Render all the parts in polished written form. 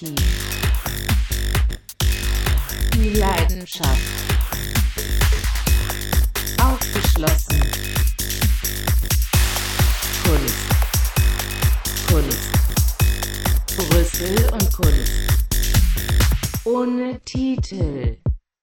tief. Die Leidenschaft. Aufgeschlossen. Kunst. Kunst. Brüssel und Kunst. Ohne Titel.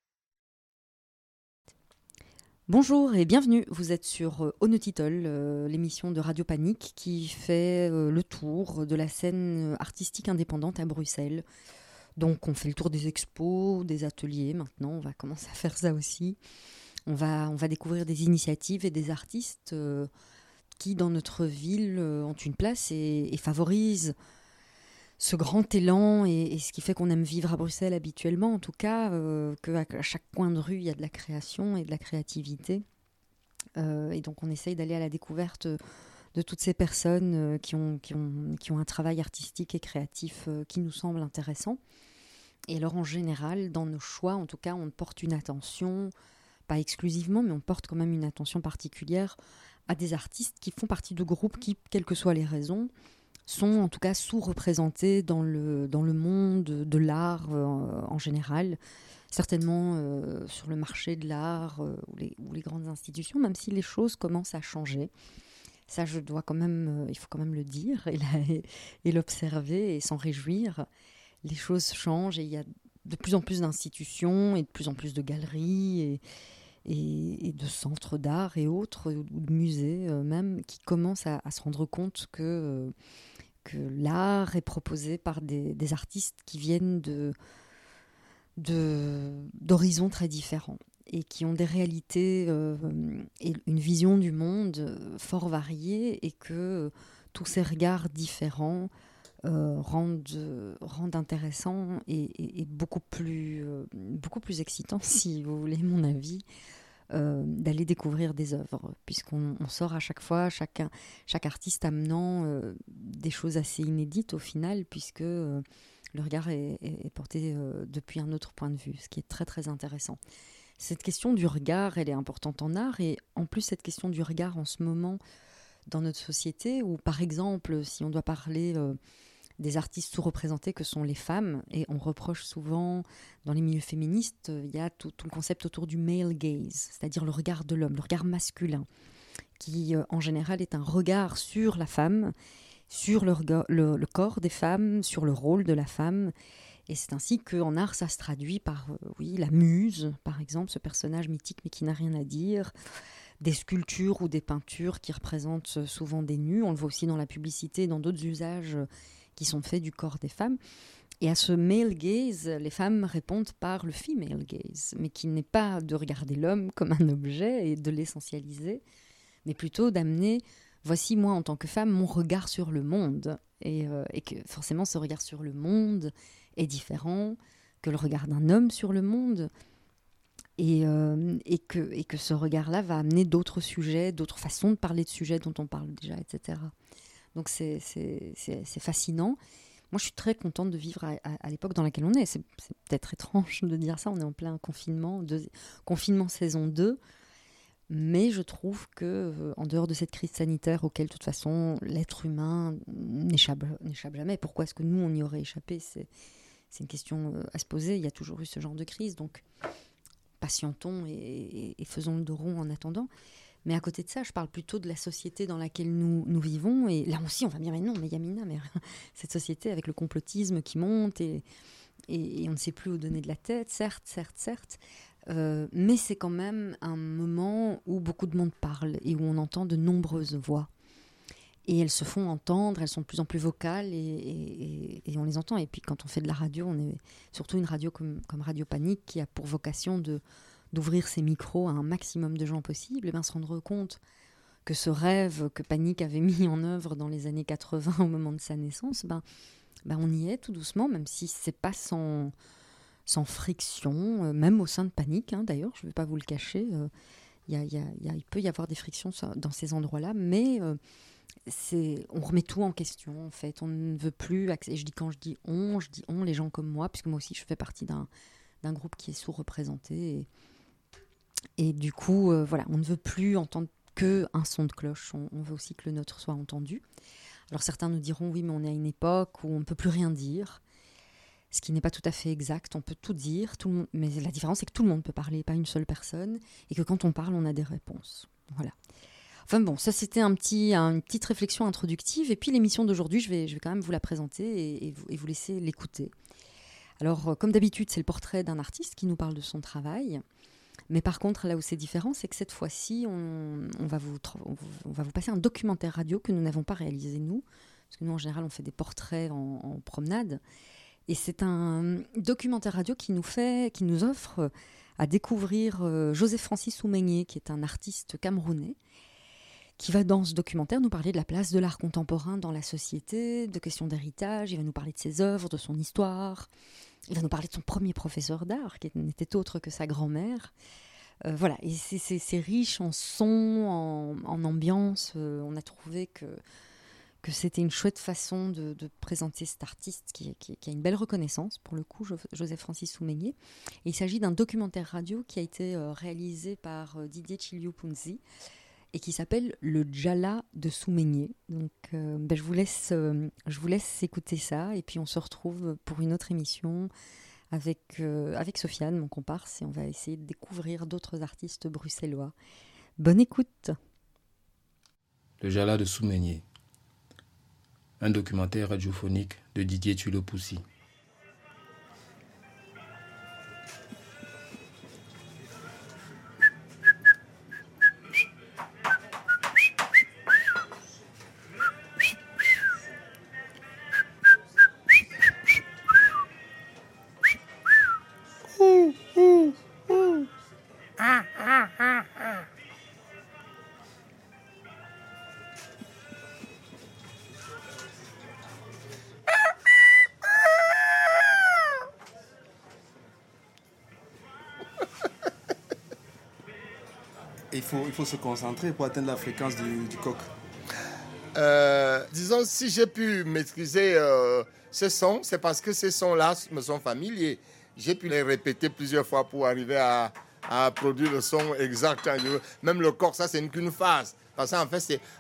Bonjour et bienvenue, vous êtes sur On Title, l'émission de Radio Panique qui fait le tour de la scène artistique indépendante à Bruxelles. Donc on fait le tour des expos, des ateliers, maintenant on va commencer à faire ça aussi. On va découvrir des initiatives et des artistes qui dans notre ville ont une place et favorisent ce grand élan et ce qui fait qu'on aime vivre à Bruxelles habituellement, en tout cas, qu'à chaque coin de rue, il y a de la création et de la créativité. Et donc, on essaye d'aller à la découverte de toutes ces personnes qui ont un travail artistique et créatif qui nous semble intéressant. Et alors, en général, dans nos choix, en tout cas, on porte une attention, pas exclusivement, mais on porte quand même une attention particulière à des artistes qui font partie de groupes qui, quelles que soient les raisons, sont en tout cas sous-représentés dans le monde de l'art en général, certainement sur le marché de l'art ou les grandes institutions, même si les choses commencent à changer. Ça, il faut quand même le dire et l'observer et s'en réjouir. Les choses changent et il y a de plus en plus d'institutions et de plus en plus de galeries et de centres d'art et autres, ou de musées même, qui commencent à se rendre compte que l'art est proposé par des artistes qui viennent d'horizons très différents et qui ont des réalités et une vision du monde fort variée et que tous ces regards différents rendent intéressant et beaucoup plus excitant, si vous voulez mon avis, d'aller découvrir des œuvres, puisqu'on sort à chaque fois, chaque artiste amenant des choses assez inédites au final, puisque le regard est porté depuis un autre point de vue, ce qui est très très intéressant. Cette question du regard, elle est importante en art, et en plus cette question du regard en ce moment dans notre société, où par exemple, si on doit parler des artistes sous-représentés que sont les femmes, et on reproche souvent dans les milieux féministes, il y a tout le concept autour du male gaze, c'est-à-dire le regard de l'homme, le regard masculin, qui en général est un regard sur la femme, sur le corps des femmes, sur le rôle de la femme. Et c'est ainsi qu'en art, ça se traduit par la muse, par exemple, ce personnage mythique mais qui n'a rien à dire, des sculptures ou des peintures qui représentent souvent des nus. On le voit aussi dans la publicité, dans d'autres usages qui sont faits du corps des femmes. Et à ce male gaze, les femmes répondent par le female gaze, mais qui n'est pas de regarder l'homme comme un objet et de l'essentialiser, mais plutôt d'amener, voici moi en tant que femme, mon regard sur le monde. Et que forcément ce regard sur le monde est différent que le regard d'un homme sur le monde. Et que ce regard-là va amener d'autres sujets, d'autres façons de parler de sujets dont on parle déjà, etc. Donc c'est fascinant. Moi, je suis très contente de vivre à l'époque dans laquelle on est. C'est peut-être étrange de dire ça, on est en plein confinement, confinement saison 2. Mais je trouve qu'en dehors de cette crise sanitaire auquel, de toute façon, l'être humain n'échappe jamais. Pourquoi est-ce que nous, on y aurait échappé ? C'est une question à se poser. Il y a toujours eu ce genre de crise. Donc, patientons et faisons le dos rond en attendant. Mais à côté de ça, je parle plutôt de la société dans laquelle nous vivons. Et là aussi, on va me dire, mais non, mais Yamina, mais cette société avec le complotisme qui monte et on ne sait plus où donner de la tête, certes. Mais c'est quand même un moment où beaucoup de monde parle et où on entend de nombreuses voix. Et elles se font entendre, elles sont de plus en plus vocales et on les entend. Et puis quand on fait de la radio, on est surtout une radio comme Radio Panique qui a pour vocation d'ouvrir ses micros à un maximum de gens possible, et bien se rendre compte que ce rêve que Panique avait mis en œuvre dans les années 80 au moment de sa naissance, on y est tout doucement, même si c'est pas sans friction, même au sein de Panique, d'ailleurs, je ne vais pas vous le cacher, il peut y avoir des frictions dans ces endroits-là, mais on remet tout en question, en fait. On ne veut plus, et quand je dis on, les gens comme moi, puisque moi aussi je fais partie d'un groupe qui est sous-représenté, et du coup, on ne veut plus entendre qu'un son de cloche, on veut aussi que le nôtre soit entendu. Alors certains nous diront, oui, mais on est à une époque où on ne peut plus rien dire. ce qui n'est pas tout à fait exact. On peut tout dire, mais la différence c'est que tout le monde peut parler, pas une seule personne, et que quand on parle, on a des réponses. Voilà. Enfin bon, ça c'était une petite réflexion introductive, et puis l'émission d'aujourd'hui, je vais quand même vous la présenter et vous laisser l'écouter. Alors, comme d'habitude, c'est le portrait d'un artiste qui nous parle de son travail. Mais par contre, là où c'est différent, c'est que cette fois-ci, on va vous passer un documentaire radio que nous n'avons pas réalisé nous. Parce que nous, en général, on fait des portraits en promenade. Et c'est un documentaire radio qui nous offre à découvrir Joseph-Francis Soumeigné, qui est un artiste camerounais, qui va dans ce documentaire nous parler de la place de l'art contemporain dans la société, de questions d'héritage. Il va nous parler de ses œuvres, de son histoire. Il va nous parler de son premier professeur d'art, qui n'était autre que sa grand-mère. Voilà, et c'est riche en son, en ambiance. On a trouvé que c'était une chouette façon de présenter cet artiste qui a une belle reconnaissance, pour le coup, Joseph-Francis Soumeigné. Et il s'agit d'un documentaire radio qui a été réalisé par Didier Chiliou-Punzi et qui s'appelle Le Djala de Soumeigné. Donc je vous laisse écouter ça, et puis on se retrouve pour une autre émission avec Sofiane, mon comparse, et on va essayer de découvrir d'autres artistes bruxellois. Bonne écoute. Le Djala de Soumeigné, un documentaire radiophonique de Didier Chiliou-Punzi. Il faut se concentrer pour atteindre la fréquence du coq. Disons, si j'ai pu maîtriser ces sons, c'est parce que ces sons-là me sont familiers. J'ai pu les répéter plusieurs fois pour arriver à produire le son exact. Même le coq, ça, c'est qu'une phase. Parce qu'en fait, c'est...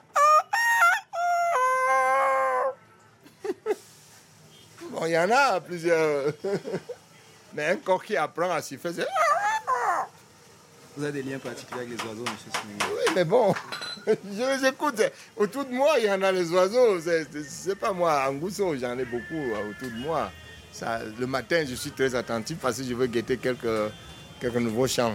Bon, il y en a plusieurs. Mais un coq qui apprend à siffler, c'est... Vous avez des liens particuliers avec les oiseaux, M. Soumeigné? Oui, mais bon, je les écoute. Autour de moi, il y en a les oiseaux. C'est pas moi, en Gousso, j'en ai beaucoup autour de moi. Ça, le matin, je suis très attentif parce que je veux guetter quelques nouveaux chants.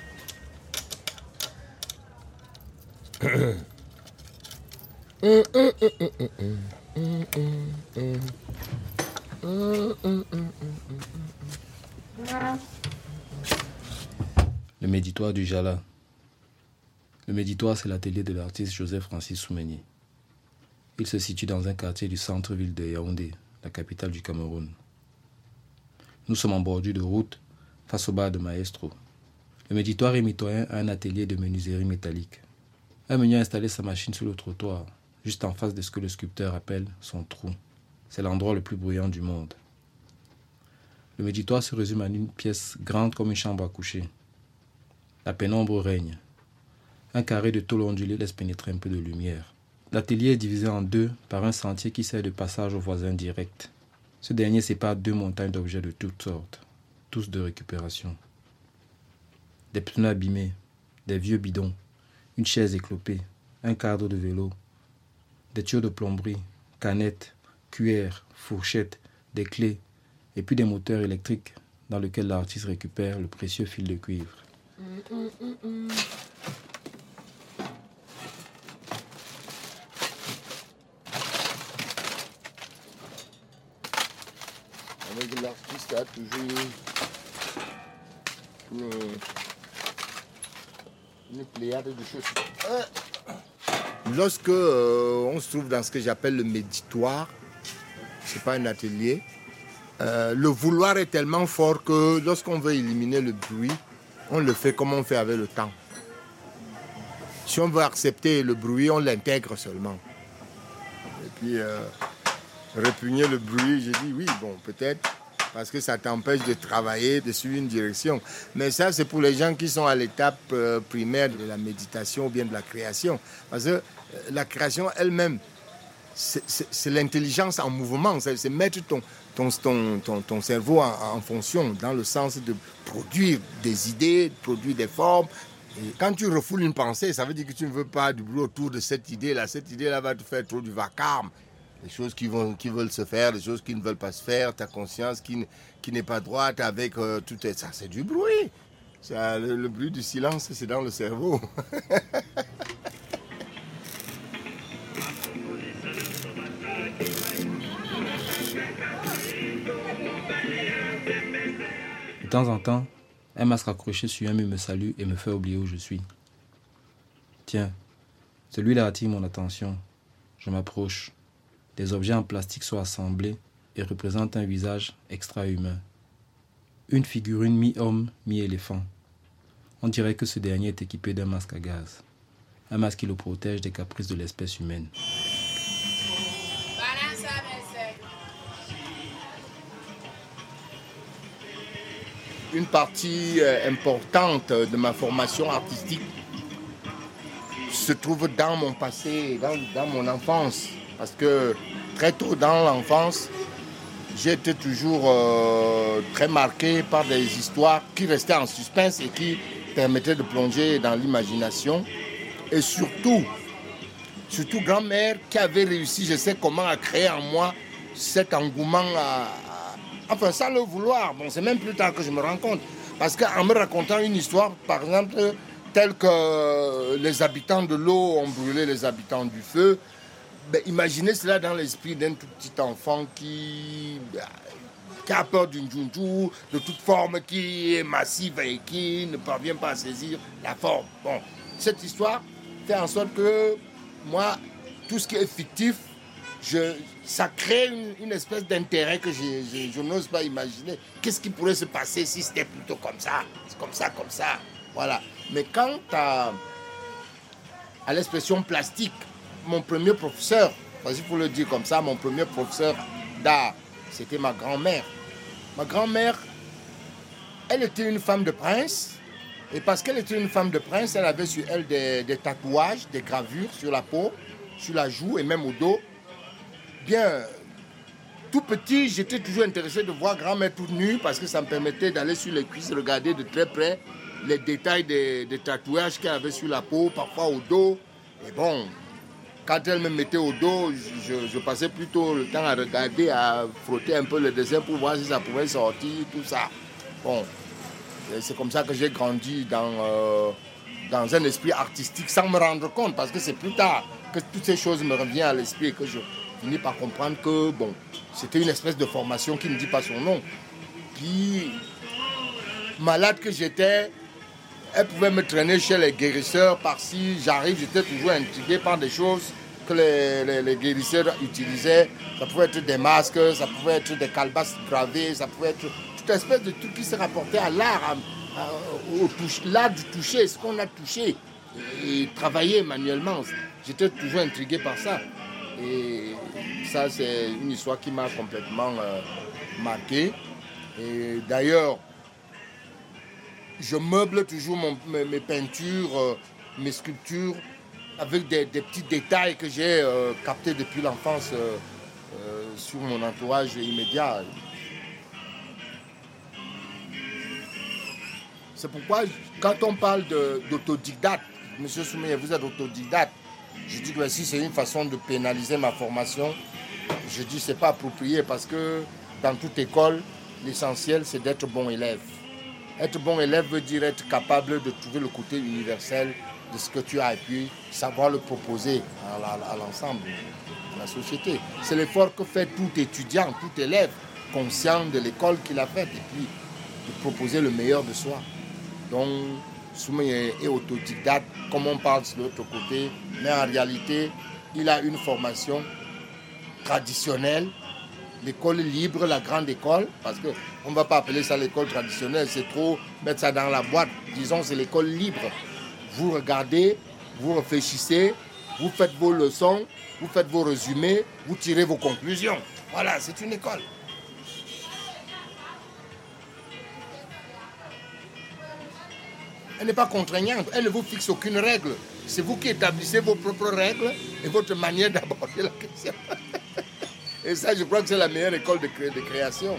Le Méditoire du Djala. Le Méditoire, c'est l'atelier de l'artiste Joseph-Francis Soumeigné. Il se situe dans un quartier du centre-ville de Yaoundé, la capitale du Cameroun. Nous sommes en bordure de route, face au bar de Maestro. Le Méditoire est mitoyen à un atelier de menuiserie métallique. Un meunier a installé sa machine sur le trottoir, juste en face de ce que le sculpteur appelle son trou. C'est l'endroit le plus bruyant du monde. Le Méditoire se résume à une pièce grande comme une chambre à coucher. La pénombre règne. Un carré de tôle ondulée laisse pénétrer un peu de lumière. L'atelier est divisé en deux par un sentier qui sert de passage aux voisins directs. Ce dernier sépare deux montagnes d'objets de toutes sortes, tous de récupération. Des pneus abîmés, des vieux bidons, une chaise éclopée, un cadre de vélo, des tuyaux de plomberie, canettes, cuillères, fourchettes, des clés, et puis des moteurs électriques dans lesquels l'artiste récupère le précieux fil de cuivre. Avec l'artiste a toujours une pléiade de choses. Lorsque on se trouve dans ce que j'appelle le méditoire, c'est pas un atelier, le vouloir est tellement fort que lorsqu'on veut éliminer le bruit, on le fait comme on fait avec le temps. Si on veut accepter le bruit, on l'intègre seulement. Et puis, répugner le bruit, je dis oui, bon, peut-être, parce que ça t'empêche de travailler, de suivre une direction. Mais ça, c'est pour les gens qui sont à l'étape primaire de la méditation ou bien de la création. Parce que la création elle-même c'est l'intelligence en mouvement, c'est mettre ton cerveau en fonction, dans le sens de produire des idées, de produire des formes. Et quand tu refoules une pensée, ça veut dire que tu ne veux pas du bruit autour de cette idée-là. Cette idée-là va te faire trop du vacarme. Des choses qui veulent se faire, des choses qui ne veulent pas se faire, ta conscience qui n'est pas droite avec tout ça. C'est du bruit. Le bruit du silence, c'est dans le cerveau. De temps en temps, un masque accroché sur un mur me salue et me fait oublier où je suis. Tiens, celui-là attire mon attention. Je m'approche. Des objets en plastique sont assemblés et représentent un visage extra-humain. Une figurine mi-homme, mi-éléphant. On dirait que ce dernier est équipé d'un masque à gaz. Un masque qui le protège des caprices de l'espèce humaine. Une partie importante de ma formation artistique se trouve dans mon passé, dans mon enfance. Parce que très tôt dans l'enfance, j'ai été toujours très marqué par des histoires qui restaient en suspense et qui permettaient de plonger dans l'imagination. Et surtout grand-mère qui avait réussi, je sais comment, à créer en moi cet engouement enfin, sans le vouloir. Bon, c'est même plus tard que je me rends compte. Parce qu'en me racontant une histoire, par exemple, telle que les habitants de l'eau ont brûlé les habitants du feu, ben, imaginez cela dans l'esprit d'un tout petit enfant qui a peur d'une joujou, de toute forme, qui est massive et qui ne parvient pas à saisir la forme. Bon, cette histoire fait en sorte que moi, tout ce qui est fictif, ça crée une espèce d'intérêt que je n'ose pas imaginer. Qu'est-ce qui pourrait se passer si c'était plutôt comme ça? C'est comme ça. Voilà. Mais quant à l'expression plastique, mon premier professeur, il faut le dire comme ça, mon premier professeur d'art, c'était ma grand-mère. Ma grand-mère, elle était une femme de prince. Et parce qu'elle était une femme de prince, elle avait sur elle des tatouages, des gravures sur la peau, sur la joue et même au dos. Bien, tout petit, j'étais toujours intéressé de voir grand-mère toute nue parce que ça me permettait d'aller sur les cuisses, regarder de très près les détails des tatouages qu'elle avait sur la peau, parfois au dos. Et bon, quand elle me mettait au dos, je passais plutôt le temps à regarder, à frotter un peu le dessin pour voir si ça pouvait sortir, tout ça. Bon, c'est comme ça que j'ai grandi dans un esprit artistique sans me rendre compte parce que c'est plus tard que toutes ces choses me reviennent à l'esprit et que je finis par comprendre que bon, c'était une espèce de formation qui ne dit pas son nom. Puis, malade que j'étais, elle pouvait me traîner chez les guérisseurs par-ci, j'arrive, j'étais toujours intrigué par des choses que les guérisseurs utilisaient. Ça pouvait être des masques, ça pouvait être des calebasses gravées, ça pouvait être toute espèce de truc qui se rapportait à l'art, l'art du toucher, ce qu'on a touché et travaillé manuellement. J'étais toujours intrigué par ça. Et ça, c'est une histoire qui m'a complètement marqué. Et d'ailleurs, je meuble toujours mes peintures, mes sculptures avec des petits détails que j'ai captés depuis l'enfance sur mon entourage immédiat. C'est pourquoi, quand on parle d'autodidacte, M. Soumeye, vous êtes autodidacte, je dis que si c'est une façon de pénaliser ma formation, je dis que ce n'est pas approprié parce que dans toute école, l'essentiel c'est d'être bon élève. Être bon élève veut dire être capable de trouver le côté universel de ce que tu as et puis savoir le proposer à l'ensemble de la société. C'est l'effort que fait tout étudiant, tout élève conscient de l'école qu'il a faite et puis de proposer le meilleur de soi. Donc, Soumeye est autodidacte, comme on parle de l'autre côté, mais en réalité, il a une formation traditionnelle, l'école libre, la grande école, parce qu'on ne va pas appeler ça l'école traditionnelle, c'est trop mettre ça dans la boîte. Disons, c'est l'école libre. Vous regardez, vous réfléchissez, vous faites vos leçons, vous faites vos résumés, vous tirez vos conclusions. Voilà, c'est une école. Elle n'est pas contraignante, elle ne vous fixe aucune règle. C'est vous qui établissez vos propres règles et votre manière d'aborder la question. Et ça, je crois que c'est la meilleure école de création.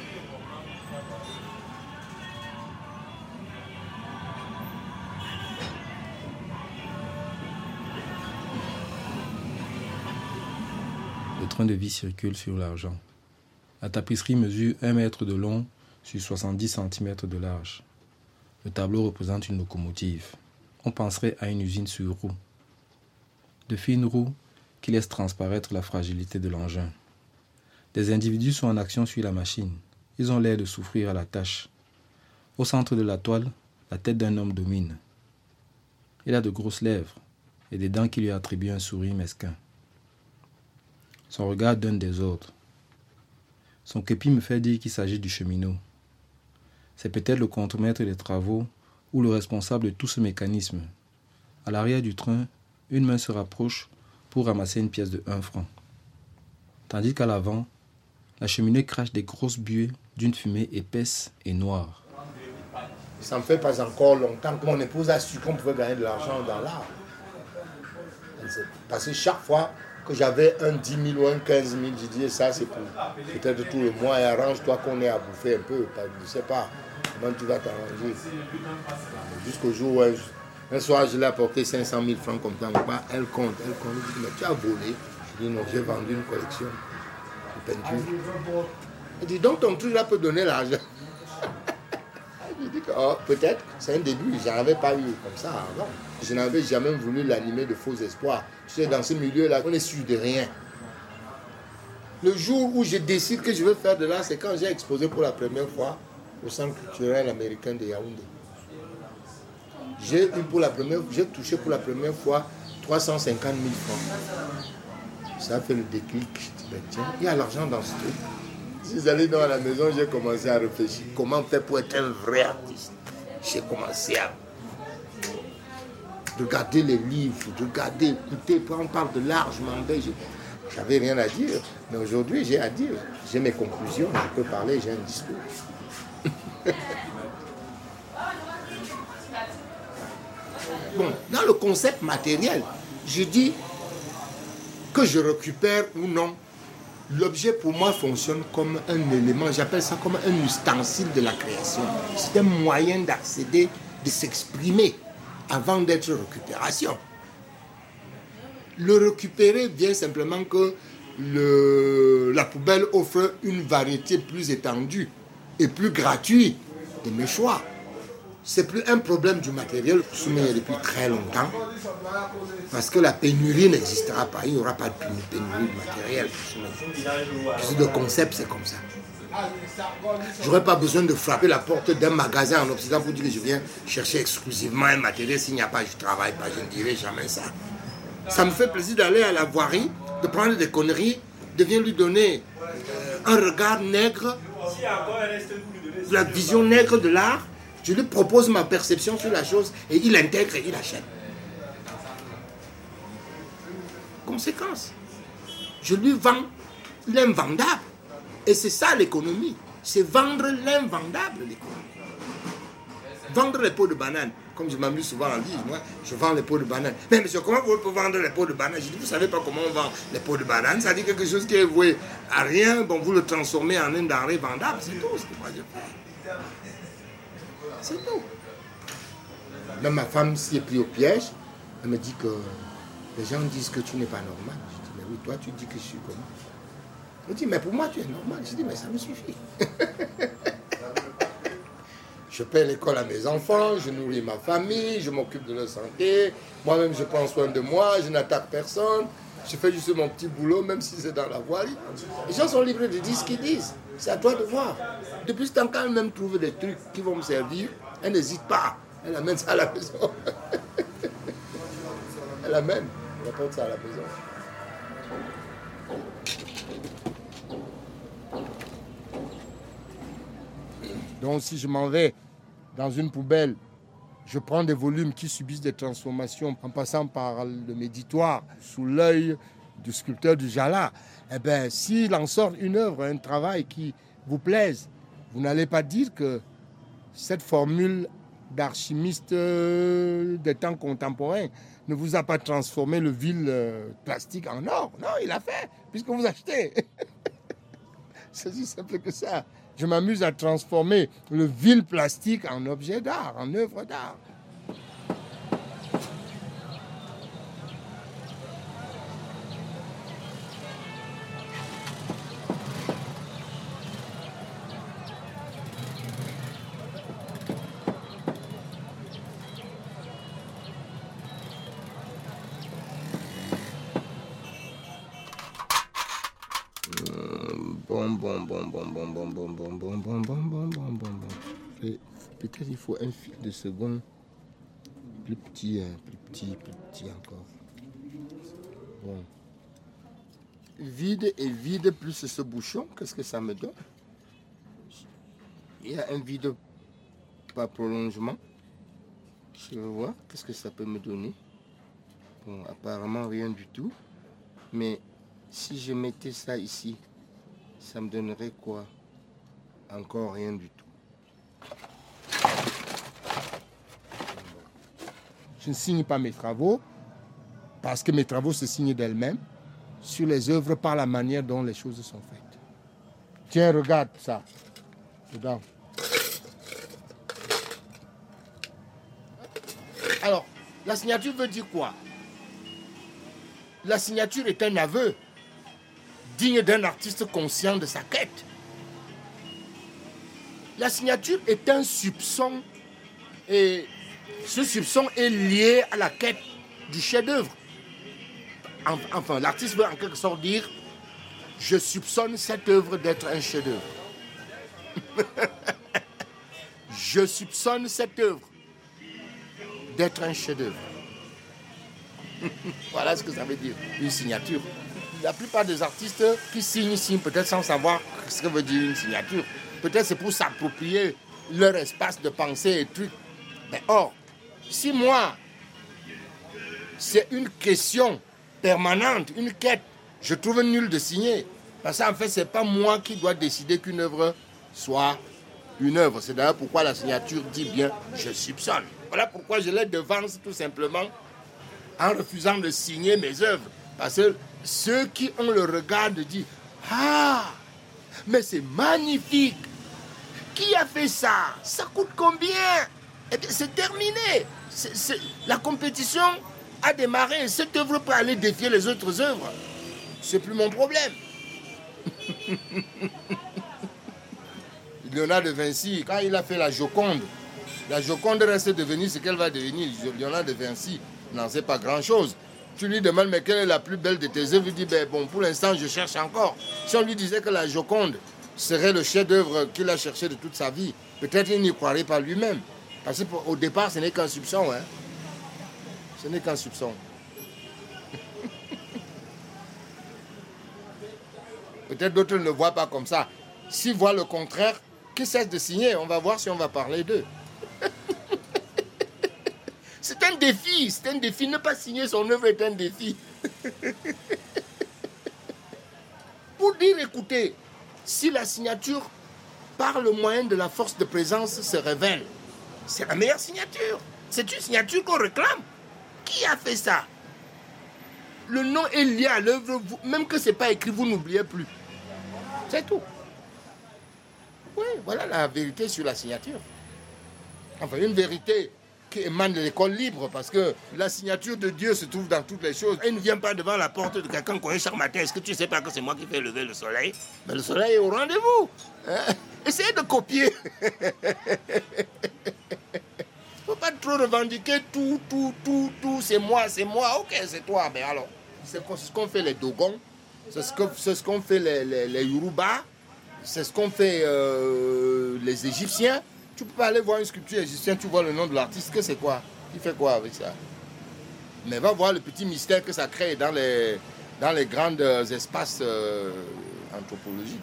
Le train de vie circule sur l'argent. La tapisserie mesure 1 mètre de long sur 70 cm de large. Le tableau représente une locomotive. On penserait à une usine sur roue. De fines roues qui laissent transparaître la fragilité de l'engin. Des individus sont en action sur la machine. Ils ont l'air de souffrir à la tâche. Au centre de la toile, la tête d'un homme domine. Il a de grosses lèvres et des dents qui lui attribuent un sourire mesquin. Son regard donne des ordres. Son képi me fait dire qu'il s'agit du cheminot. C'est peut-être le contremaître des travaux ou le responsable de tout ce mécanisme. À l'arrière du train, une main se rapproche pour ramasser une pièce de 1 franc. Tandis qu'à l'avant, la cheminée crache des grosses buées d'une fumée épaisse et noire. Ça ne fait pas encore longtemps que mon épouse a su qu'on pouvait gagner de l'argent dans l'art. Parce que chaque fois que j'avais un 10 000 ou un 15 000, je disais ça c'est pour peut-être tout le mois et arrange-toi qu'on ait à bouffer un peu. Je ne sais pas comment tu vas t'arranger. Jusqu'au jour où un soir je l'ai apporté 500 000 francs comme ça. Elle compte. Elle dit mais tu as volé. Je dis non, j'ai vendu une collection de peinture. Elle dit donc ton truc là peut donner l'argent. Je dis que peut-être, c'est un début, je n'en avais pas eu comme ça avant. Je n'avais jamais voulu l'animer de faux espoirs. Tu sais, dans ce milieu-là, on est sûr de rien. Le jour où je décide que je veux faire de l'art, c'est quand j'ai exposé pour la première fois au Centre culturel américain de Yaoundé. J'ai touché pour la première fois 350 000 francs. Ça a fait le déclic. Je dis, ben tiens, il y a l'argent dans ce truc. Je suis allé dans la maison, j'ai commencé à réfléchir. Comment faire pour être un vrai artiste? J'ai commencé à regarder les livres, regarder, écouter. Quand on parle de l'art, je m'en vais. Je n'avais rien à dire. Mais aujourd'hui, j'ai à dire. J'ai mes conclusions, je peux parler, j'ai un discours. Bon, dans le concept matériel, je dis que je récupère ou non. L'objet pour moi fonctionne comme un élément, j'appelle ça comme un ustensile de la création. C'est un moyen d'accéder, de s'exprimer avant d'être récupération. Le récupérer vient simplement que la poubelle offre une variété plus étendue et plus gratuite de mes choix. C'est plus un problème du matériel soumis depuis très longtemps. Parce que la pénurie n'existera pas. Il n'y aura pas de pénurie de matériel. Le concept, c'est comme ça. Je n'aurais pas besoin de frapper la porte d'un magasin en Occident pour dire que je viens chercher exclusivement un matériel. S'il n'y a pas, je ne travaille pas. Je ne dirai jamais ça. Ça me fait plaisir d'aller à la voirie, de prendre des conneries, de venir lui donner un regard nègre, la vision nègre de l'art. Je lui propose ma perception sur la chose et il intègre et il achète. Conséquence, je lui vends l'invendable. Et c'est ça l'économie. C'est vendre l'invendable, l'économie. Vendre les pots de banane. Comme je m'amuse souvent à dire, moi, je vends les pots de banane. Mais monsieur, comment vous pouvez vendre les pots de banane? Je dis, vous ne savez pas comment on vend les pots de banane. Ça dit quelque chose qui est voué à rien. Bon, vous le transformez en une denrée vendable. C'est tout ce que moi je fais. C'est tout. Même ma femme s'y est pris au piège. Elle me dit que les gens disent que tu n'es pas normal. Je dis, mais oui, toi, tu dis que je suis comment? Elle me dit, mais pour moi, tu es normal. Je dis, mais ça me suffit. Je paie l'école à mes enfants, je nourris ma famille, je m'occupe de leur santé. Moi-même, je prends soin de moi, je n'attaque personne. Je fais juste mon petit boulot, même si c'est dans la voirie. Les gens sont libres de dire ce qu'ils disent. C'est à toi de voir. Depuis ce temps, quand elle même trouve des trucs qui vont me servir, elle n'hésite pas. Elle amène ça à la maison. Elle amène. Elle apporte ça à la maison. Donc si je m'en vais dans une poubelle, je prends des volumes qui subissent des transformations en passant par le méditoire sous l'œil du sculpteur du Jala. Eh bien, s'il en sort une œuvre, un travail qui vous plaise, vous n'allez pas dire que cette formule d'archimiste des temps contemporains ne vous a pas transformé le vil plastique en or. Non, il l'a fait, puisque vous achetez. C'est aussi simple que ça. Je m'amuse à transformer le vil plastique en objet d'art, en œuvre d'art. Peut-être il faut un fil de seconde plus petit encore. Bon. Vide et vide plus ce bouchon, qu'est-ce que ça me donne? Il y a un vide par prolongement. Je vais voir, qu'est-ce que ça peut me donner? Bon, apparemment rien du tout. Mais si je mettais ça ici, ça me donnerait quoi? Encore rien du tout. Je ne signe pas mes travaux parce que mes travaux se signent d'elles-mêmes sur les œuvres par la manière dont les choses sont faites. Tiens, regarde ça. Regarde. Alors, la signature veut dire quoi? La signature est un aveu digne d'un artiste conscient de sa quête. La signature est un soupçon et ce soupçon est lié à la quête du chef-d'œuvre. Enfin, l'artiste veut en quelque sorte dire « Je soupçonne cette œuvre d'être un chef-d'œuvre. » Je soupçonne cette œuvre d'être un chef-d'œuvre. Voilà ce que ça veut dire, une signature. La plupart des artistes qui signent peut-être sans savoir ce que veut dire une signature. Peut-être c'est pour s'approprier leur espace de pensée et trucs. Mais or, si moi, c'est une question permanente, une quête, je trouve nul de signer. Parce qu'en fait, ce n'est pas moi qui dois décider qu'une œuvre soit une œuvre. C'est d'ailleurs pourquoi la signature dit bien « je soupçonne ». Voilà pourquoi je les devance tout simplement en refusant de signer mes œuvres. Parce que ceux qui ont le regard disent « Ah, mais c'est magnifique! Qui a fait ça? Ça coûte combien ?» Eh bien, c'est terminé. La compétition a démarré. Cette œuvre peut aller défier les autres œuvres. C'est plus mon problème. Léonard de Vinci, quand il a fait la Joconde reste devenue ce qu'elle va devenir. Léonard de Vinci n'en sait pas grand-chose. Tu lui demandes, mais quelle est la plus belle de tes œuvres? Il dit, ben bon, pour l'instant, je cherche encore. Si on lui disait que la Joconde serait le chef-d'œuvre qu'il a cherché de toute sa vie, peut-être il n'y croirait pas lui-même. Parce qu'au départ, ce n'est qu'un soupçon. Hein? Ce n'est qu'un soupçon. Peut-être d'autres ne le voient pas comme ça. S'ils voient le contraire, qu'ils cessent de signer. On va voir si on va parler d'eux. C'est un défi. C'est un défi. Ne pas signer son œuvre est un défi. Pour dire, écoutez, si la signature, par le moyen de la force de présence, se révèle, c'est la meilleure signature. C'est une signature qu'on réclame. Qui a fait ça? Le nom est lié à l'œuvre. Même que ce n'est pas écrit, vous n'oubliez plus. C'est tout. Oui, voilà la vérité sur la signature. Enfin, une vérité qui émane de l'école libre, parce que la signature de Dieu se trouve dans toutes les choses. Elle ne vient pas devant la porte de quelqu'un qu'on est chaque matin. Est-ce que tu ne sais pas que c'est moi qui fais lever le soleil? Mais le soleil est au rendez-vous. Hein? Essayez de copier. Il ne faut pas trop revendiquer tout. C'est moi. Ok, c'est toi. Mais alors, c'est ce qu'ont fait les Dogons. C'est ce qu'ont fait les Yoruba. C'est ce qu'ont fait les Égyptiens. Tu peux pas aller voir une sculpture égyptienne, tu vois le nom de l'artiste, que c'est quoi? Il fait quoi avec ça? Mais va voir le petit mystère que ça crée dans les grands espaces anthropologiques.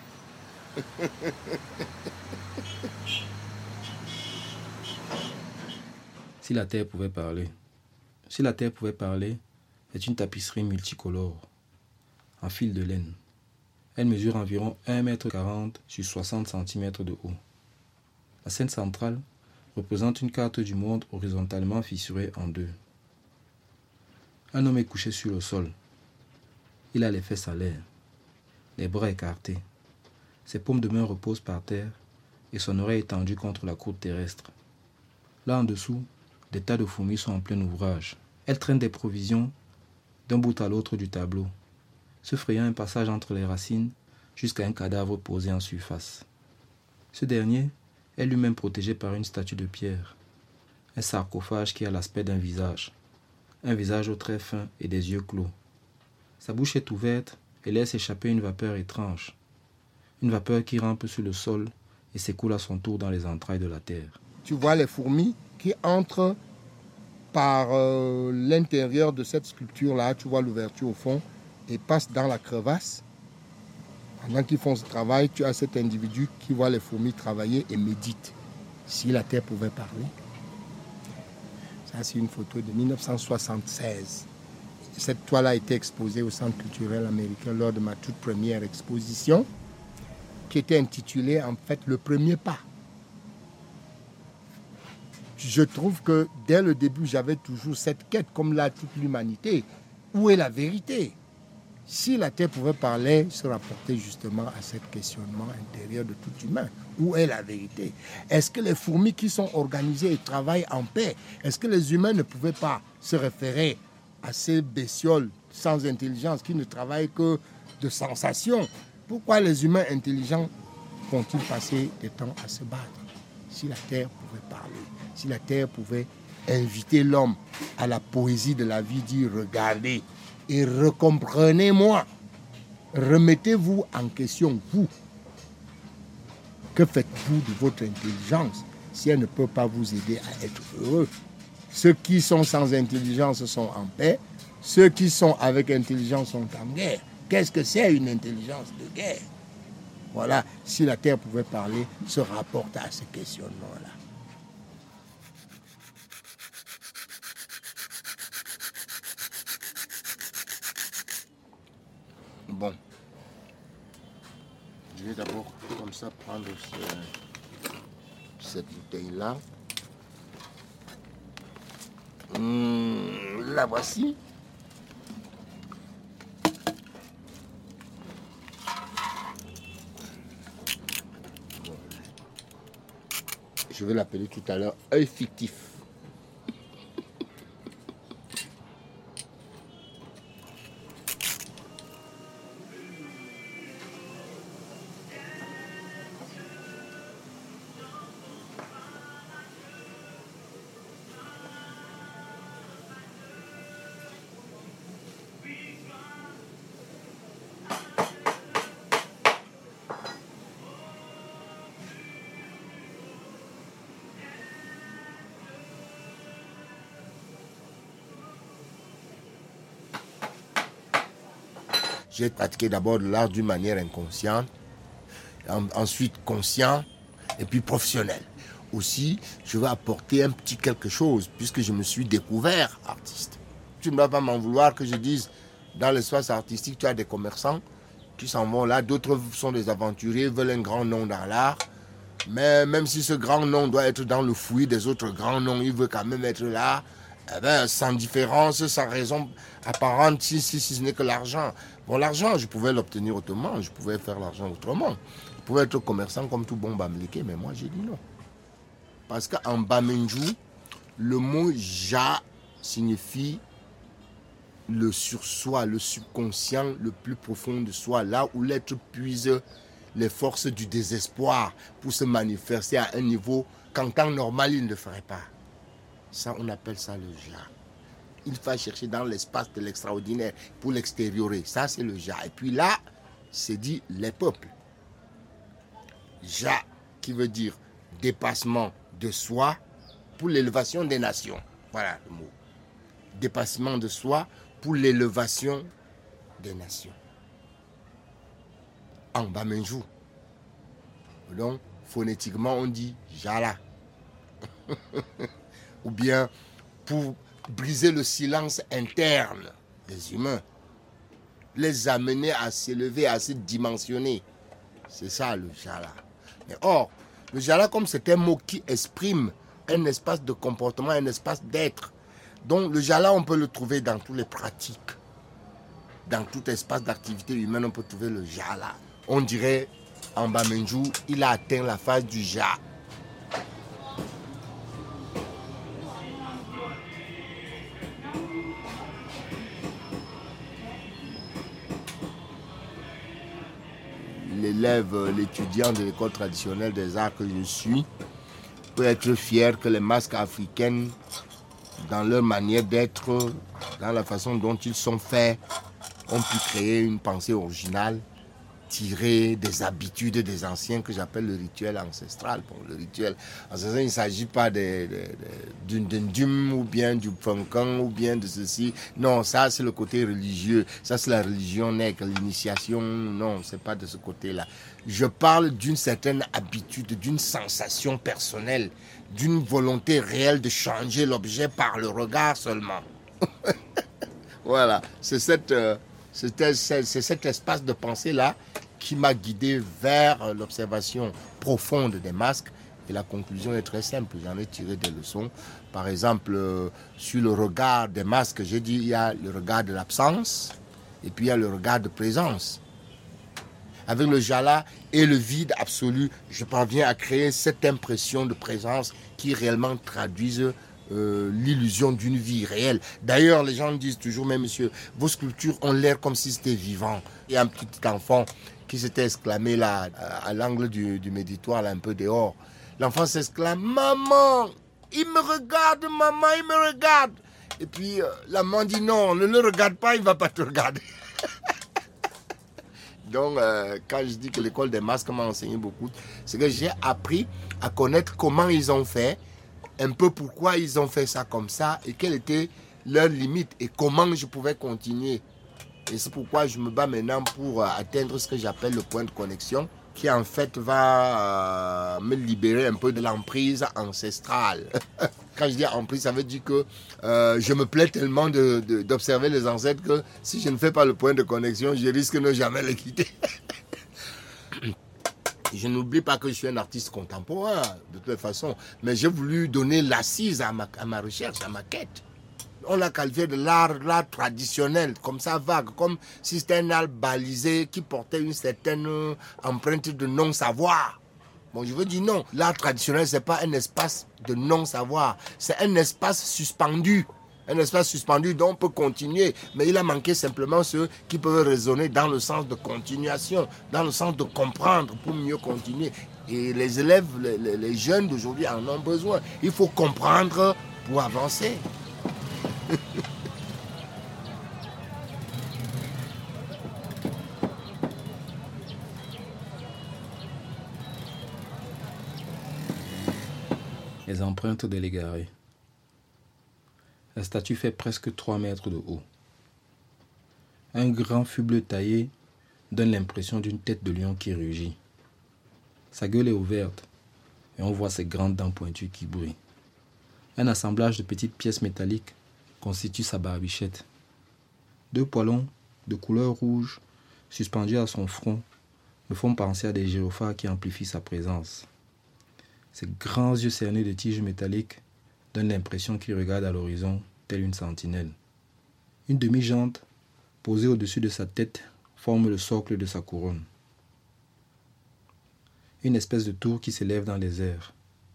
Si la Terre pouvait parler. Si la Terre pouvait parler, c'est une tapisserie multicolore, en fil de laine. Elle mesure environ 1,40 m sur 60 cm de haut. La scène centrale représente une carte du monde horizontalement fissurée en deux. Un homme est couché sur le sol. Il a les fesses à l'air, les bras écartés. Ses paumes de main reposent par terre et son oreille étendue contre la croûte terrestre. Là en dessous, des tas de fourmis sont en plein ouvrage. Elles traînent des provisions d'un bout à l'autre du tableau, se frayant un passage entre les racines jusqu'à un cadavre posé en surface. Ce dernier est lui-même protégé par une statue de pierre, un sarcophage qui a l'aspect d'un visage aux traits fins et des yeux clos. Sa bouche est ouverte et laisse échapper une vapeur étrange, une vapeur qui rampe sur le sol et s'écoule à son tour dans les entrailles de la terre. Tu vois les fourmis qui entrent par l'intérieur de cette sculpture-là, tu vois l'ouverture au fond, et passent dans la crevasse. Pendant qu'ils font ce travail, tu as cet individu qui voit les fourmis travailler et médite. Si la terre pouvait parler. Ça, c'est une photo de 1976. Cette toile a été exposée au Centre culturel américain lors de ma toute première exposition, qui était intitulée en fait « Le premier pas ». Je trouve que dès le début, j'avais toujours cette quête, comme l'a toute l'humanité. Où est la vérité? Si la terre pouvait parler, se rapporter justement à ce questionnement intérieur de tout humain. Où est la vérité? Est-ce que les fourmis qui sont organisées et travaillent en paix, est-ce que les humains ne pouvaient pas se référer à ces bestioles sans intelligence qui ne travaillent que de sensations? Pourquoi les humains intelligents font-ils passer des temps à se battre? Si la terre pouvait parler, si la terre pouvait inviter l'homme à la poésie de la vie, dire regardez et recomprenez-moi, remettez-vous en question, vous. Que faites-vous de votre intelligence si elle ne peut pas vous aider à être heureux? Ceux qui sont sans intelligence sont en paix, ceux qui sont avec intelligence sont en guerre. Qu'est-ce que c'est une intelligence de guerre? Voilà, si la terre pouvait parler, se rapporter à ce questionnement-là. Bon, je vais d'abord comme ça prendre cette bouteille-là. La voici. Je vais l'appeler tout à l'heure œil fictif. J'ai pratiqué d'abord l'art d'une manière inconsciente, ensuite conscient et puis professionnel. Aussi, je vais apporter un petit quelque chose puisque je me suis découvert artiste. Tu ne vas pas m'en vouloir que je dise, dans l'espace artistique, tu as des commerçants qui s'en vont là, d'autres sont des aventuriers, veulent un grand nom dans l'art. Mais même si ce grand nom doit être dans le fouillis des autres grands noms, il veut quand même être là, eh ben, sans différence, sans raison apparente, si ce n'est que l'argent. Bon, l'argent, je pouvais l'obtenir autrement, je pouvais faire l'argent autrement. Je pouvais être commerçant comme tout bon Bamileke, mais moi j'ai dit non. Parce qu'en Bamenjou, le mot Ja signifie le sur-soi, le subconscient, le plus profond de soi, là où l'être puise les forces du désespoir pour se manifester à un niveau qu'en temps normal, il ne ferait pas. Ça, on appelle ça le Ja. Il faut chercher dans l'espace de l'extraordinaire pour l'extériorer. Ça, c'est le Ja. Et puis là, c'est dit les peuples. Ja, qui veut dire dépassement de soi pour l'élévation des nations. Voilà le mot. Dépassement de soi pour l'élévation des nations. En Bamenjou. Donc, phonétiquement, on dit Jala. Ou bien, pour briser le silence interne des humains, les amener à s'élever, à se dimensionner. C'est ça le Jala. Mais or, le Jala, comme c'est un mot qui exprime un espace de comportement, un espace d'être. Donc le Jala, on peut le trouver dans toutes les pratiques. Dans tout espace d'activité humaine, on peut trouver le Jala. On dirait, en Bamenjou, il a atteint la phase du Ja. L'élève, l'étudiant de l'école traditionnelle des arts que je suis, peut être fier que les masques africaines, dans leur manière d'être, dans la façon dont ils sont faits, ont pu créer une pensée originale, tirer des habitudes des anciens que j'appelle le rituel ancestral. Bon, le rituel ancestral, il ne s'agit pas d'une dîme ou bien du funkan ou bien de ceci. Non, ça c'est le côté religieux. Ça c'est la religion nègre, l'initiation. Non, c'est pas de ce côté-là. Je parle d'une certaine habitude, d'une sensation personnelle, d'une volonté réelle de changer l'objet par le regard seulement. Voilà, c'est cet espace de pensée-là qui m'a guidé vers l'observation profonde des masques. Et la conclusion est très simple, j'en ai tiré des leçons. Par exemple, sur le regard des masques, j'ai dit il y a le regard de l'absence et puis il y a le regard de présence. Avec le Jala et le vide absolu, je parviens à créer cette impression de présence qui réellement traduise l'illusion d'une vie réelle. D'ailleurs, les gens disent toujours, mais monsieur, vos sculptures ont l'air comme si c'était vivant. Il y a un petit enfant qui s'était exclamé là, à l'angle du méditoire, là, un peu dehors. L'enfant s'exclame, maman, il me regarde, maman, il me regarde. Et puis, la maman dit, non, ne le regarde pas, il ne va pas te regarder. Donc, quand je dis que l'école des masques m'a enseigné beaucoup, c'est que j'ai appris à connaître comment ils ont fait, un peu pourquoi ils ont fait ça comme ça et quelles étaient leurs limites et comment je pouvais continuer. Et c'est pourquoi je me bats maintenant pour atteindre ce que j'appelle le point de connexion qui en fait va me libérer un peu de l'emprise ancestrale. Quand je dis emprise, ça veut dire que je me plais tellement d'observer les ancêtres que si je ne fais pas le point de connexion, je risque de ne jamais les quitter. Je n'oublie pas que je suis un artiste contemporain, de toute façon, mais j'ai voulu donner l'assise à ma recherche, à ma quête. On l'a qualifié de l'art traditionnel, comme ça vague, comme si c'était un art balisé qui portait une certaine empreinte de non-savoir. Bon, je veux dire non, l'art traditionnel, ce n'est pas un espace de non-savoir, c'est un espace suspendu. Un espace suspendu dont on peut continuer, mais il a manqué simplement ceux qui peuvent raisonner dans le sens de continuation, dans le sens de comprendre pour mieux continuer. Et les élèves, les jeunes d'aujourd'hui en ont besoin. Il faut comprendre pour avancer. Les empreintes de l'égaré. La statue fait presque 3 mètres de haut. Un grand fût bleu taillé donne l'impression d'une tête de lion qui rugit. Sa gueule est ouverte et on voit ses grandes dents pointues qui brillent. Un assemblage de petites pièces métalliques constitue sa barbichette. 2 poilons de couleur rouge suspendus à son front me font penser à des gyrophares qui amplifient sa présence. Ses grands yeux cernés de tiges métalliques donne l'impression qu'il regarde à l'horizon telle une sentinelle. Une demi-jante posée au-dessus de sa tête forme le socle de sa couronne. Une espèce de tour qui s'élève dans les airs.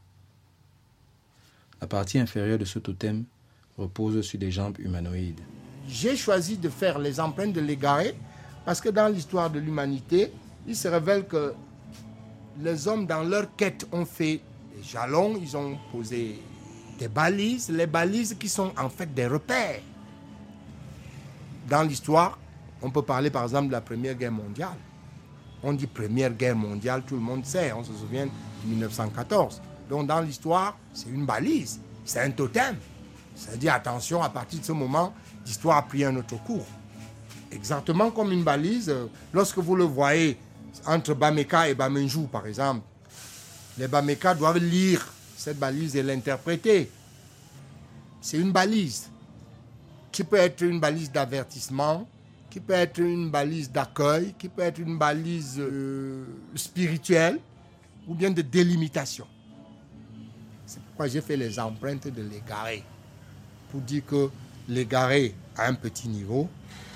La partie inférieure de ce totem repose sur des jambes humanoïdes. J'ai choisi de faire les empreintes de l'égaré parce que dans l'histoire de l'humanité, il se révèle que les hommes dans leur quête ont fait des jalons, ils ont posé des balises, les balises qui sont en fait des repères. Dans l'histoire, on peut parler par exemple de la Première Guerre mondiale. On dit Première Guerre mondiale, tout le monde sait, on se souvient de 1914. Donc dans l'histoire, c'est une balise, c'est un totem. C'est-à-dire, attention, à partir de ce moment, l'histoire a pris un autre cours. Exactement comme une balise, lorsque vous le voyez entre Bameka et Bamenjou par exemple, les Bameka doivent lire cette balise et l'interpréter. C'est une balise qui peut être une balise d'avertissement, qui peut être une balise d'accueil, qui peut être une balise spirituelle ou bien de délimitation. C'est Moi, j'ai fait les empreintes de l'égaré. Pour dire que l'égaré à un petit niveau,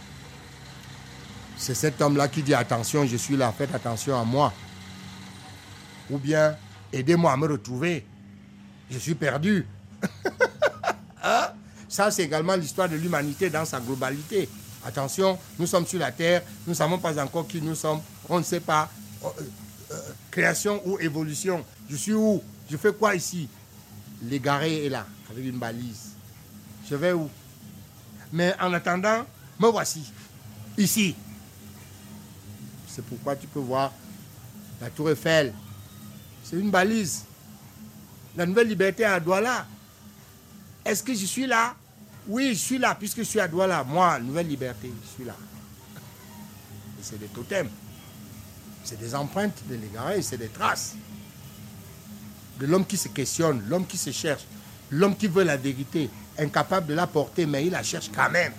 c'est cet homme-là qui dit attention, je suis là, faites attention à moi. Ou bien, aidez-moi à me retrouver. Je suis perdu. Hein? Ça, c'est également l'histoire de l'humanité dans sa globalité. Attention, nous sommes sur la terre, nous ne savons pas encore qui nous sommes, on ne sait pas. Création ou évolution. Je suis où? Je fais quoi ici? L'égaré est là, avec une balise. Je vais où? Mais en attendant, me voici, ici. C'est pourquoi tu peux voir la tour Eiffel. C'est une balise. La nouvelle liberté à Douala. Est-ce que je suis là? Oui, je suis là, puisque je suis à Douala. Moi, nouvelle liberté, je suis là. Et c'est des totems. C'est des empreintes de l'égaré, c'est des traces. De l'homme qui se questionne, l'homme qui se cherche, l'homme qui veut la vérité, incapable de la porter, mais il la cherche quand même.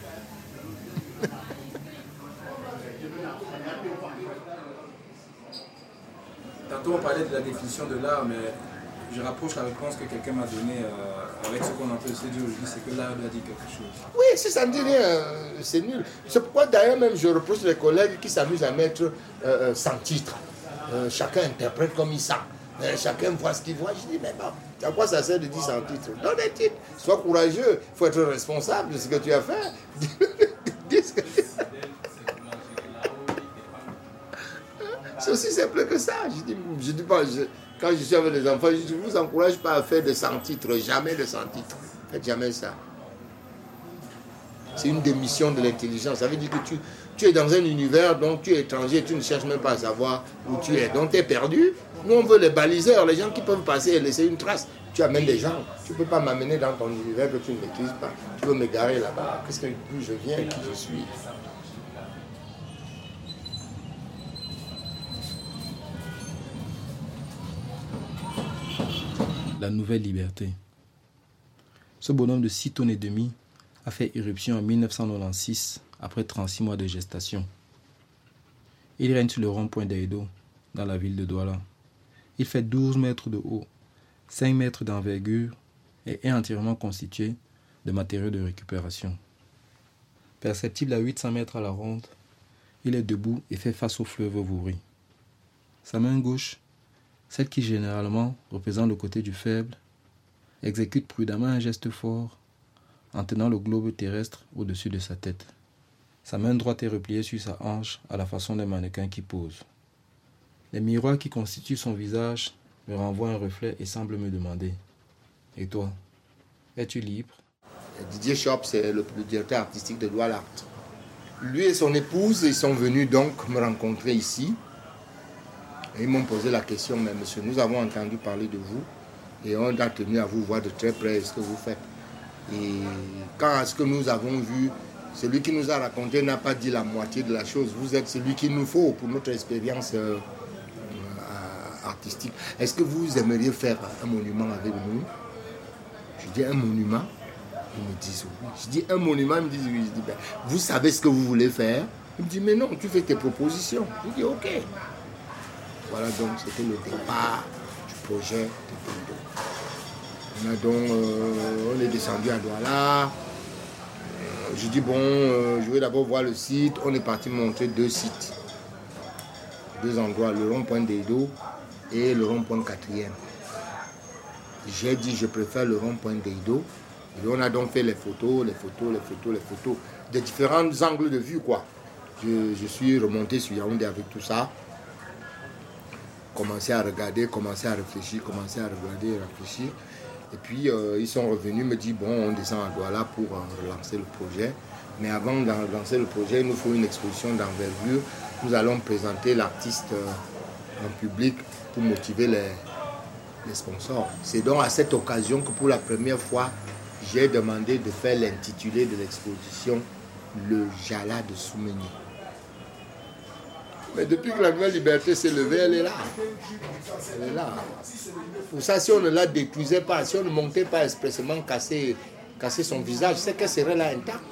Tantôt on parlait de la définition de l'art, mais je rapproche la réponse que quelqu'un m'a donnée avec ce qu'on appelle se dire aujourd'hui, c'est que l'art doit dire quelque chose. Oui, si ça ne dit rien, c'est nul. C'est pourquoi d'ailleurs même je reproche les collègues qui s'amusent à mettre sans titre. Chacun interprète comme il sent. Chacun voit ce qu'il voit. Je dis, mais bon, à quoi ça sert de dire sans titre? Donne des titres. Sois courageux. Il faut être responsable de ce que tu as fait. C'est aussi simple que ça. Je dis pas, quand je suis avec les enfants, je ne vous encourage pas à faire de sans titre. Jamais de sans titre. Faites jamais ça. C'est une démission de l'intelligence. Ça veut dire que tu es dans un univers dont tu es étranger, tu ne cherches même pas à savoir où tu es. Donc tu es perdu. Nous, on veut les baliseurs, les gens qui peuvent passer et laisser une trace. Tu amènes des gens. Tu ne peux pas m'amener dans ton univers que tu ne maîtrises pas. Tu veux m'égarer là-bas. Qu'est-ce que d'où je viens, qui je suis? La nouvelle liberté. Ce bonhomme de 6 tonnes et demi a fait irruption en 1996 après 36 mois de gestation. Il règne sur le rond-point d'Edo, dans la ville de Douala. Il fait 12 mètres de haut, 5 mètres d'envergure et est entièrement constitué de matériaux de récupération. Perceptible à 800 mètres à la ronde, il est debout et fait face au fleuve Vouri. Sa main gauche, celle qui généralement représente le côté du faible, exécute prudemment un geste fort en tenant le globe terrestre au-dessus de sa tête. Sa main droite est repliée sur sa hanche à la façon d'un mannequin qui pose. Les miroirs qui constituent son visage me renvoient un reflet et semblent me demander « Et toi, es-tu libre ?» Didier Chop, c'est le directeur artistique de Douala. Lui et son épouse, ils sont venus donc me rencontrer ici. Et ils m'ont posé la question, mais monsieur, nous avons entendu parler de vous et on a tenu à vous voir de très près ce que vous faites. Et quand ce que nous avons vu, celui qui nous a raconté n'a pas dit la moitié de la chose. Vous êtes celui qu'il nous faut pour notre expérience artistique. Est-ce que vous aimeriez faire un monument avec nous? Je dis un monument. Ils me disent oui. Je dis un monument, ils me disent oui. Je dis, ben, vous savez ce que vous voulez faire? Ils me disent mais non, tu fais tes propositions. Je dis ok. Voilà donc c'était le départ du projet de Dondo. On est descendu à Douala. Je dis bon, je vais d'abord voir le site. On est parti montrer 2 sites. 2 endroits, le rond-point d'Edo et le rond-point 4e. J'ai dit je préfère le rond-point d'Edo. Et on a donc fait les photos de différents angles de vue quoi. Je suis remonté sur Yaoundé avec tout ça. Commencer à regarder, commencer à réfléchir, commencer à regarder et réfléchir. Et puis ils sont revenus me dire bon on descend à Douala pour relancer le projet. Mais avant de lancer le projet, il nous faut une exposition d'envergure. Nous allons présenter l'artiste en public pour motiver les sponsors. C'est donc à cette occasion que pour la première fois, j'ai demandé de faire l'intitulé de l'exposition Le Jala de Soumeni. Mais depuis que la nouvelle liberté s'est levée, elle est là. Elle est là. Pour ça, si on ne la détruisait pas, si on ne montait pas expressément casser son visage, c'est qu'elle serait là intacte.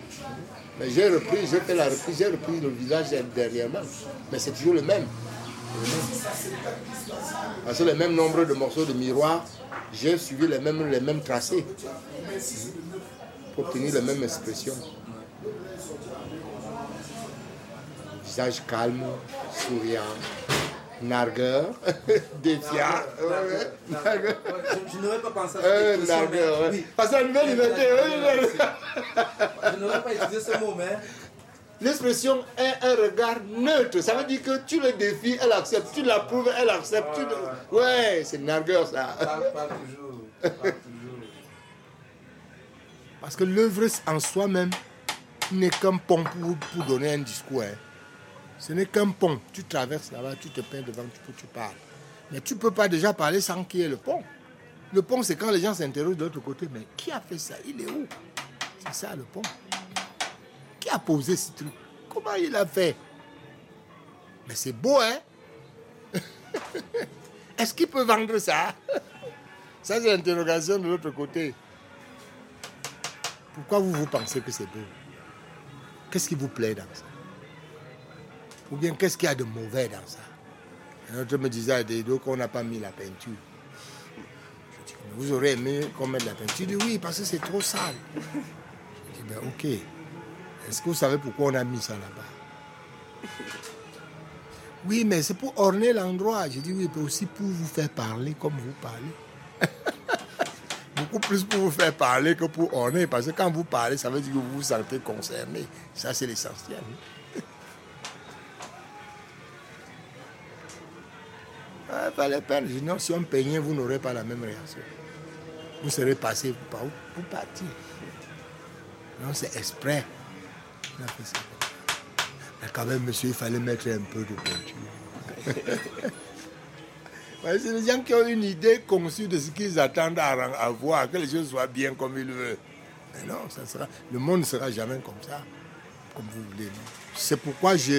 Mais j'ai fait la reprise, j'ai repris le visage derrière moi. Mais c'est toujours le même. Parce que le même nombre de morceaux de miroir, j'ai suivi les mêmes tracés pour obtenir les mêmes expressions. Visage calme, souriant, nargueur, défiant. Je n'aurais pas pensé à cette expression. Nargueur, Oui. Parce que la nouvelle liberté. Je n'aurais pas utilisé ce mot, mais... L'expression est un regard neutre. Ça veut dire que tu le défies, elle accepte. Tu l'approuves, elle accepte. Ouais, c'est nargueur ça. Pas toujours. Pas toujours. Parce que l'œuvre en soi-même n'est qu'un pont pour donner un discours. Hein. Ce n'est qu'un pont. Tu traverses là-bas, tu te peins devant, tu parles. Mais tu ne peux pas déjà parler sans qu'il y ait le pont. Le pont, c'est quand les gens s'interrogent de l'autre côté. Mais qui a fait ça? Il est où? C'est ça le pont. Qui a posé ce truc? Comment il a fait? Mais c'est beau, hein? Est-ce qu'il peut vendre ça? Ça, c'est l'interrogation de l'autre côté. Pourquoi vous pensez que c'est beau? Qu'est-ce qui vous plaît dans ça? Ou bien qu'est-ce qu'il y a de mauvais dans ça? Un autre me disait à Dedo qu'on n'a pas mis la peinture. Je dis, vous aurez aimé qu'on mette la peinture? Il dit oui, parce que c'est trop sale. Je dis, ben ok. Est-ce que vous savez pourquoi on a mis ça là-bas? Oui, mais c'est pour orner l'endroit. Je dis oui, mais aussi pour vous faire parler comme vous parlez. Beaucoup plus pour vous faire parler que pour orner. Parce que quand vous parlez, ça veut dire que vous vous sentez concerné. Ça, c'est l'essentiel. Il fallait peine. Je dis non, si on peignait, vous n'aurez pas la même réaction. Vous serez passé par où? Pour partir. Non, c'est exprès. On a fait ça. Mais quand même, monsieur, il fallait mettre un peu de peinture. Ouais, c'est les gens qui ont une idée conçue de ce qu'ils attendent à voir, que les choses soient bien comme ils veulent. Mais non, le monde ne sera jamais comme ça, comme vous voulez. C'est pourquoi je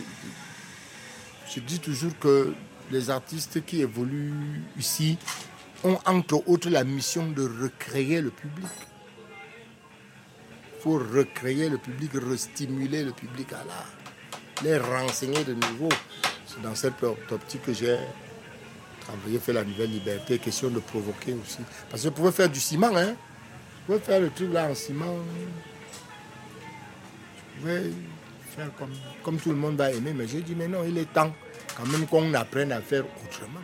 dis toujours que les artistes qui évoluent ici ont entre autres la mission de recréer le public. Il faut recréer le public, restimuler le public à l'art, les renseigner de nouveau. C'est dans cette optique que j'ai travaillé, fait la Nouvelle Liberté, question de provoquer aussi. Parce que je pouvais faire du ciment, hein. Je pouvais faire le truc là en ciment. Je pouvais faire comme tout le monde va aimer, mais j'ai dit, mais non, il est temps quand même qu'on apprenne à faire autrement.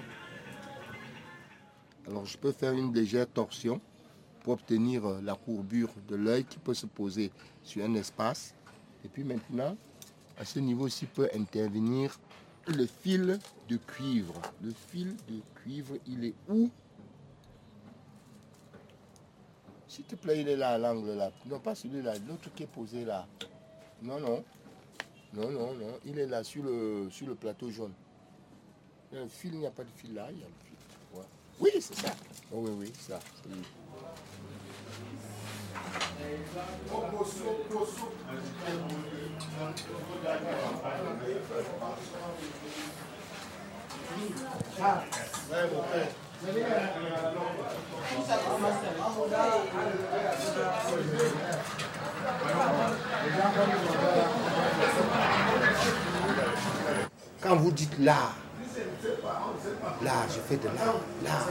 Alors je peux faire une légère torsion pour obtenir la courbure de l'œil qui peut se poser sur un espace. Et puis maintenant, à ce niveau-ci peut intervenir le fil de cuivre. Le fil de cuivre, il est où? S'il te plaît, il est là à l'angle là. Non, pas celui-là, l'autre qui est posé là. Non, non. Non, non, non. Il est là sur le plateau jaune. Il y a le fil, il n'y a pas de fil là. Il y a le fil. Ouais. Oui, c'est ça. Oh, oui, oui, ça. C'est lui. Quand vous dites l'art, je fais de l'art.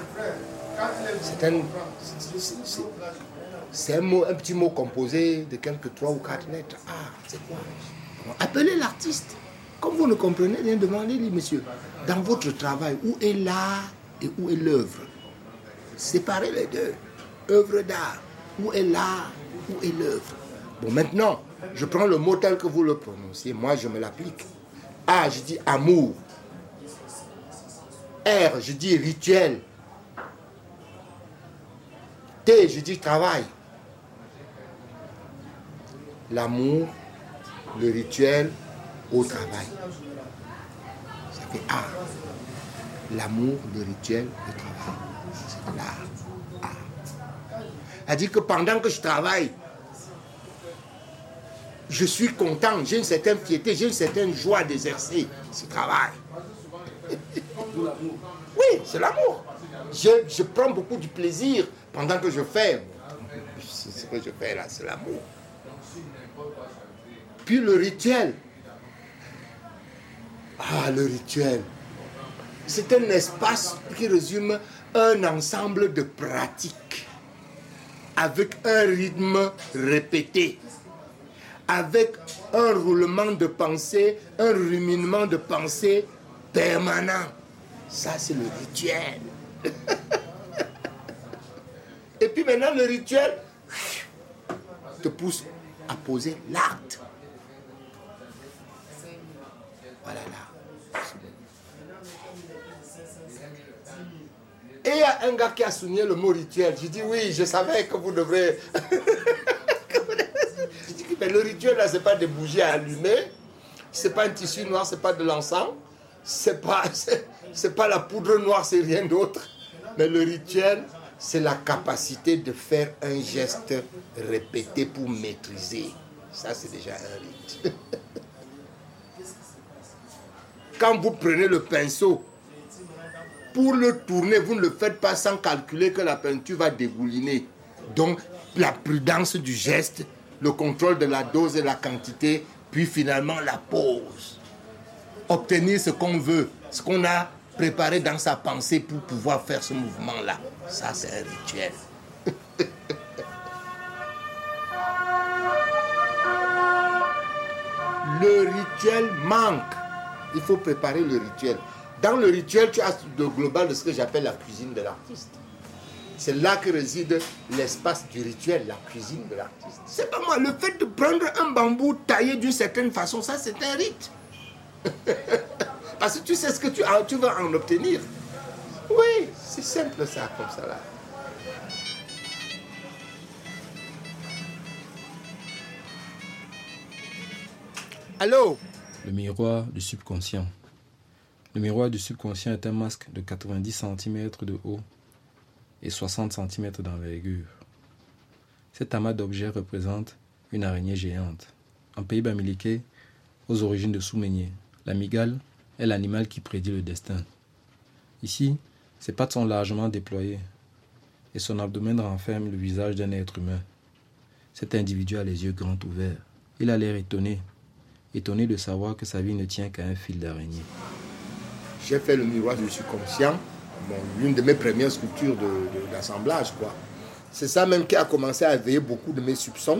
C'est un petit mot composé de quelques 3 ou 4 lettres. Ah, c'est quoi? Appelez l'artiste. Comme vous ne comprenez rien, demandez-lui, monsieur, dans votre travail, où est l'art et où est l'œuvre? Séparez les deux. Œuvre d'art. Où est l'art? Où est l'œuvre? Bon, maintenant, je prends le mot tel que vous le prononcez. Moi, je me l'applique. A, je dis amour. R, je dis rituel. T, je dis travail. L'amour, le rituel au travail. Ça fait art. L'amour, le rituel, le travail. C'est l'art. C'est-à-dire que pendant que je travaille, je suis content, j'ai une certaine fierté, j'ai une certaine joie d'exercer ce travail. Oui, c'est l'amour. Je prends beaucoup de plaisir pendant que je fais. Ce que je fais là, c'est l'amour. Puis le rituel. Ah, le rituel. C'est un espace qui résume un ensemble de pratiques avec un rythme répété, avec un roulement de pensée, un ruminement de pensée permanent. Ça, c'est le rituel. Et puis maintenant, le rituel te pousse à poser l'acte. Voilà là. Et il y a un gars qui a souligné le mot rituel. J'ai dit oui, je savais que vous devrez... J'ai dit que le rituel là, c'est pas des bougies à allumer, c'est pas un tissu noir, c'est pas de l'encens, c'est pas la poudre noire, c'est rien d'autre. Mais le rituel, c'est la capacité de faire un geste répété pour maîtriser. Ça, c'est déjà un rite. Quand vous prenez le pinceau, pour le tourner, vous ne le faites pas sans calculer que la peinture va dégouliner. Donc, la prudence du geste, le contrôle de la dose et la quantité, puis finalement la pause. Obtenir ce qu'on veut, ce qu'on a préparé dans sa pensée pour pouvoir faire ce mouvement-là. Ça, c'est un rituel. Le rituel manque. Il faut préparer le rituel. Dans le rituel, tu as le global de ce que j'appelle la cuisine de l'artiste. C'est là que réside l'espace du rituel, la cuisine de l'artiste. C'est pas moi, le fait de prendre un bambou taillé d'une certaine façon, ça c'est un rite. Parce que tu sais ce que tu vas en obtenir. Oui, c'est simple ça, comme ça là. Allô? Le miroir du subconscient. Le miroir du subconscient est un masque de 90 cm de haut et 60 cm d'envergure. Cet amas d'objets représente une araignée géante. En pays bamileke, aux origines de Soumenyé, la migale est l'animal qui prédit le destin. Ici, ses pattes sont largement déployées et son abdomen renferme le visage d'un être humain. Cet individu a les yeux grands ouverts. Il a l'air étonné de savoir que sa vie ne tient qu'à un fil d'araignée. J'ai fait le miroir du subconscient, l'une de mes premières sculptures d'assemblage, quoi. C'est ça même qui a commencé à éveiller beaucoup de mes soupçons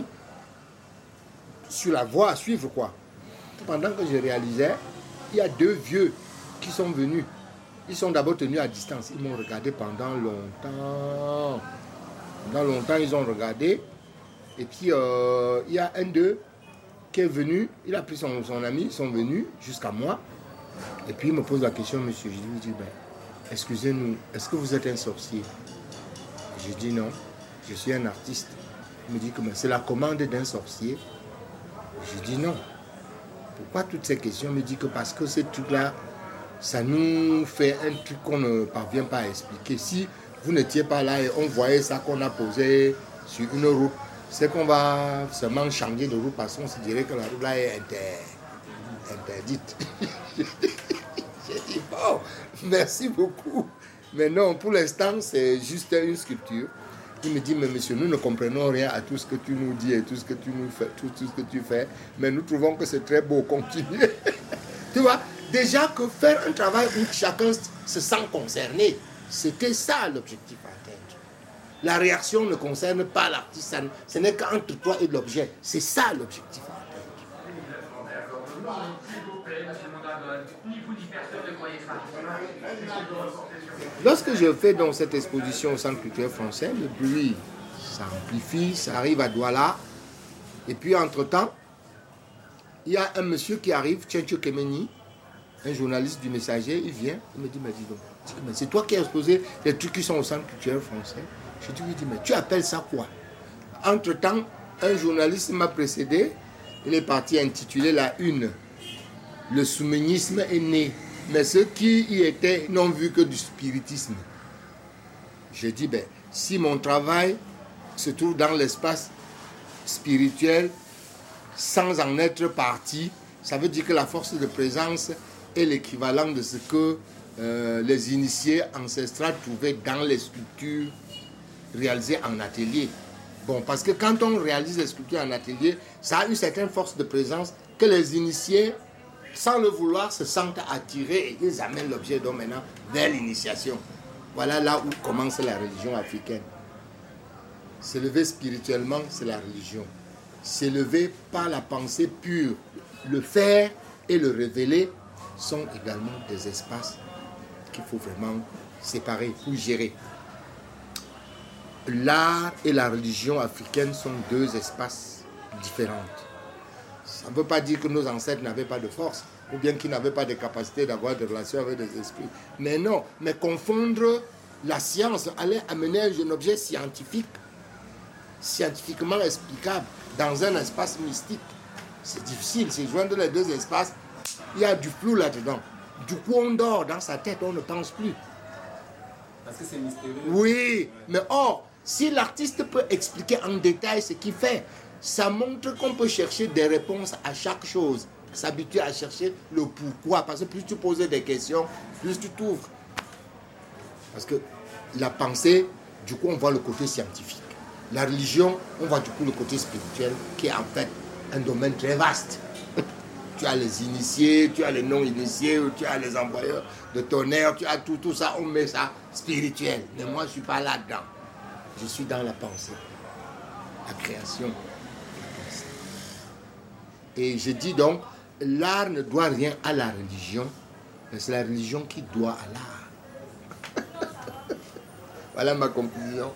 sur la voie à suivre, quoi. Pendant que je réalisais, il y a deux vieux qui sont venus. Ils sont d'abord tenus à distance. Ils m'ont regardé pendant longtemps. Pendant longtemps, ils ont regardé. Et puis, il y a un d'eux qui est venu. Il a pris son ami. Ils sont venus jusqu'à moi. Et puis, il me pose la question, monsieur. Je lui dis, ben, excusez-nous, est-ce que vous êtes un sorcier? Je dis non, je suis un artiste. Il me dit que c'est la commande d'un sorcier. Je dis non. Pourquoi toutes ces questions? Il me dit que parce que ces trucs-là, ça nous fait un truc qu'on ne parvient pas à expliquer. Si vous n'étiez pas là et on voyait ça qu'on a posé sur une route, c'est qu'on va seulement changer de route parce qu'on se dirait que la route là est interdite. J'ai dit bon, merci beaucoup. Mais non, pour l'instant, c'est juste une sculpture. Il me dit, mais monsieur, nous ne comprenons rien à tout ce que tu nous dis et tout ce que tu nous fais, tout ce que tu fais, mais nous trouvons que c'est très beau, continuez. Tu vois, déjà que faire un travail où chacun se sent concerné, c'était ça l'objectif à atteindre. La réaction ne concerne pas l'artiste, ce n'est qu'entre toi et l'objet. C'est ça l'objectif à atteindre. Lorsque je fais donc cette exposition au Centre culturel français, le bruit s'amplifie, ça arrive à Douala. Et puis entre-temps, il y a un monsieur qui arrive, Tchencho Kemeni, un journaliste du Messager, il vient, il me dit, mais dis donc, c'est toi qui as exposé les trucs qui sont au Centre culturel français. Je dis, oui, mais tu appelles ça quoi? Entre-temps, un journaliste m'a précédé, il est parti intituler la une. Le soumenyisme est né. Mais ceux qui y étaient n'ont vu que du spiritisme. Je dis, ben, si mon travail se trouve dans l'espace spirituel sans en être parti, ça veut dire que la force de présence est l'équivalent de ce que les initiés ancestrales trouvaient dans les sculptures réalisées en atelier. Bon, parce que quand on réalise les sculptures en atelier, ça a une certaine force de présence que les initiés sans le vouloir, se sentent attirés et ils amènent l'objet donc maintenant vers l'initiation. Voilà là où commence la religion africaine. S'élever spirituellement, c'est la religion. S'élever par la pensée pure, le faire et le révéler sont également des espaces qu'il faut vraiment séparer pour gérer. L'art et la religion africaine sont deux espaces différents. Ça ne veut pas dire que nos ancêtres n'avaient pas de force, ou bien qu'ils n'avaient pas de capacité d'avoir des relations avec des esprits. Mais non, mais confondre la science, aller amener un objet scientifique, scientifiquement explicable, dans un espace mystique, c'est difficile. C'est joindre les deux espaces, il y a du flou là-dedans. Du coup, on dort dans sa tête, on ne pense plus. Parce que c'est mystérieux. Oui, mais or, si l'artiste peut expliquer en détail ce qu'il fait, ça montre qu'on peut chercher des réponses à chaque chose. S'habituer à chercher le pourquoi. Parce que plus tu poses des questions, plus tu t'ouvres. Parce que la pensée, du coup, on voit le côté scientifique. La religion, on voit du coup le côté spirituel, qui est en fait un domaine très vaste. Tu as les initiés, tu as les non-initiés, tu as les envoyeurs de tonnerre, tu as tout ça, on met ça spirituel. Mais moi, je ne suis pas là-dedans. Je suis dans la pensée, la création. Et je dis donc, l'art ne doit rien à la religion, mais c'est la religion qui doit à l'art. Voilà ma conclusion.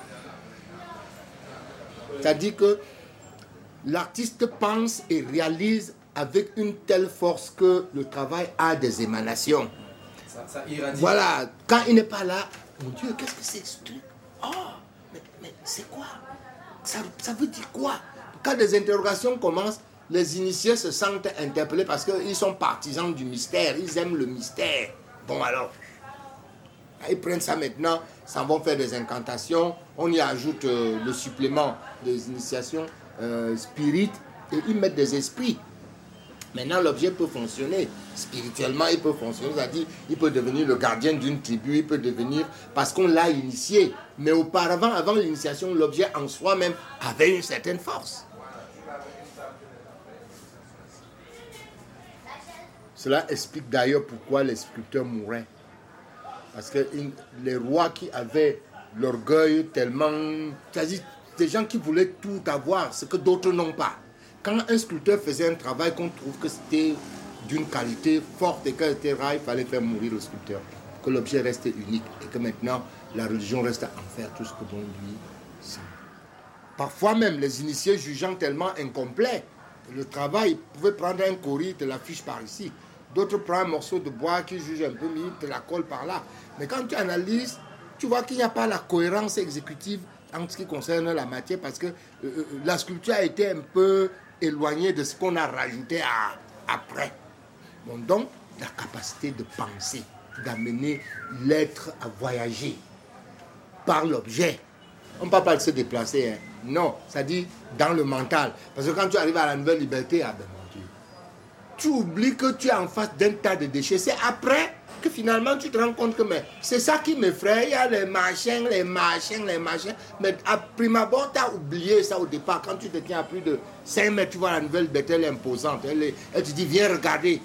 C'est-à-dire que l'artiste pense et réalise avec une telle force que le travail a des émanations. Ça irradie. Voilà, quand il n'est pas là, mon Dieu, qu'est-ce que c'est ce truc? Oh, mais c'est quoi? Ça veut dire quoi? Quand des interrogations commencent, les initiés se sentent interpellés parce qu'ils sont partisans du mystère, ils aiment le mystère. Bon alors, ils prennent ça maintenant, s'en vont faire des incantations, on y ajoute le supplément des initiations spirites et ils mettent des esprits. Maintenant, l'objet peut fonctionner. Spirituellement, il peut fonctionner. C'est-à-dire, il peut devenir le gardien d'une tribu, il peut devenir... Parce qu'on l'a initié. Mais auparavant, avant l'initiation, l'objet en soi-même avait une certaine force. Cela explique d'ailleurs pourquoi les sculpteurs mouraient. Parce que les rois qui avaient l'orgueil tellement... C'est-à-dire, des gens qui voulaient tout avoir, ce que d'autres n'ont pas. Quand un sculpteur faisait un travail qu'on trouve que c'était d'une qualité forte et qu'elle était rare, il fallait faire mourir le sculpteur. Que l'objet reste unique et que maintenant la religion reste à en faire tout ce que bon lui semble. Parfois même, les initiés jugeant tellement incomplet le travail, pouvaient prendre un cori, te l'affiche par ici. D'autres prennent un morceau de bois qui juge un peu, mais ils te la collent par là. Mais quand tu analyses, tu vois qu'il n'y a pas la cohérence exécutive en ce qui concerne la matière parce que la sculpture a été un peu éloigné de ce qu'on a rajouté après. Bon, donc, la capacité de penser, d'amener l'être à voyager par l'objet. On ne parle pas de se déplacer, hein. Non, ça dit dans le mental. Parce que quand tu arrives à la nouvelle liberté, ah ben mon Dieu, tu oublies que tu es en face d'un tas de déchets. C'est après que finalement tu te rends compte que mais c'est ça qui m'effraie. Il y a les machins. Mais à prime abord, tu as oublié ça au départ. Quand tu te tiens à plus de 5 mètres, tu vois la nouvelle bête, elle est imposante. Elle te dit, viens regarder.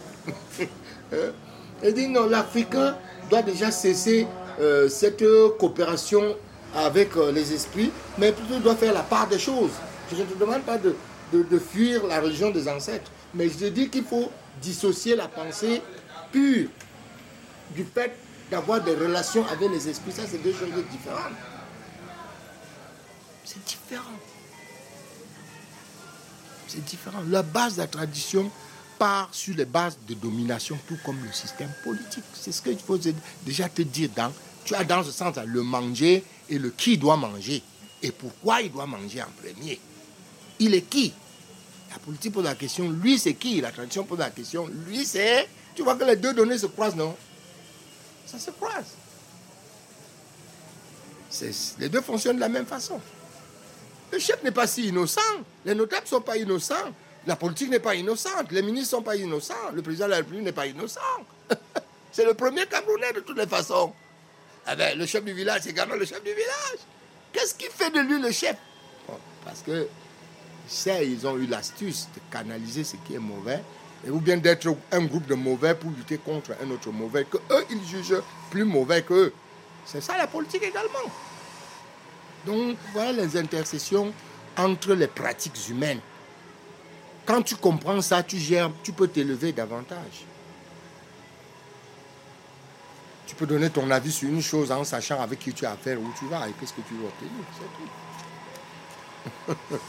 Elle dit, non, l'Africain doit déjà cesser cette coopération avec les esprits, mais plutôt doit faire la part des choses. Je ne te demande pas de fuir la religion des ancêtres, mais je te dis qu'il faut dissocier la pensée pure du fait d'avoir des relations avec les esprits. Ça, c'est deux choses différentes. C'est différent. C'est différent. La base de la tradition part sur les bases de domination, tout comme le système politique. C'est ce qu'il faut déjà te dire. Tu as dans ce sens le manger et le qui doit manger. Et pourquoi il doit manger en premier. Il est qui? La politique pose la question, lui c'est qui? La tradition pose la question, lui c'est... Tu vois que les deux données se croisent, non? Ça se croise. Les deux fonctionnent de la même façon. Le chef n'est pas si innocent. Les notables ne sont pas innocents. La politique n'est pas innocente. Les ministres ne sont pas innocents. Le président de la République n'est pas innocent. C'est le premier Camerounais de toutes les façons. Eh bien, le chef du village, c'est également le chef du village. Qu'est-ce qui fait de lui le chef? Bon, parce que ils ont eu l'astuce de canaliser ce qui est mauvais ou bien d'être un groupe de mauvais pour lutter contre un autre mauvais, que eux, ils jugent plus mauvais qu'eux. C'est ça la politique également. Donc, voilà les intercessions entre les pratiques humaines. Quand tu comprends ça, tu gères, tu peux t'élever davantage. Tu peux donner ton avis sur une chose en sachant avec qui tu as affaire, où tu vas et qu'est-ce que tu veux obtenir. C'est tout.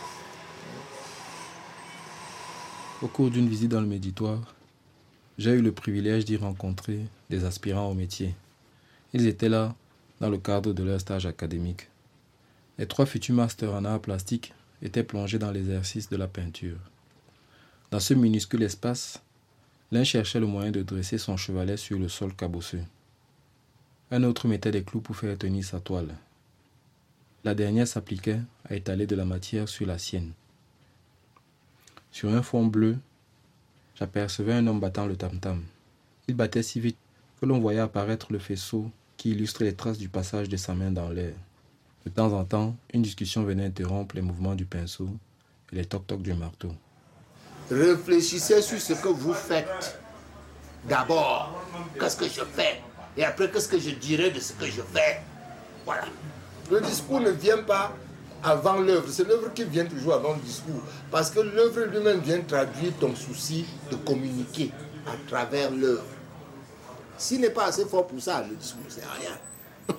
Au cours d'une visite dans le Méditoire, j'ai eu le privilège d'y rencontrer des aspirants au métier. Ils étaient là dans le cadre de leur stage académique. Les 3 futurs masters en arts plastiques étaient plongés dans l'exercice de la peinture. Dans ce minuscule espace, l'un cherchait le moyen de dresser son chevalet sur le sol cabosseux. Un autre mettait des clous pour faire tenir sa toile. La dernière s'appliquait à étaler de la matière sur la sienne. Sur un fond bleu, j'apercevais un homme battant le tam-tam. Il battait si vite que l'on voyait apparaître le faisceau qui illustrait les traces du passage de sa main dans l'air. De temps en temps, une discussion venait interrompre les mouvements du pinceau et les toc-toc du marteau. Réfléchissez sur ce que vous faites. D'abord, qu'est-ce que je fais? Et après, qu'est-ce que je dirais de ce que je fais? Voilà. Le discours ne vient pas avant l'œuvre. C'est l'œuvre qui vient toujours avant le discours. Parce que l'œuvre lui-même vient traduire ton souci de communiquer à travers l'œuvre. S'il n'est pas assez fort pour ça, le discours ne sert à rien.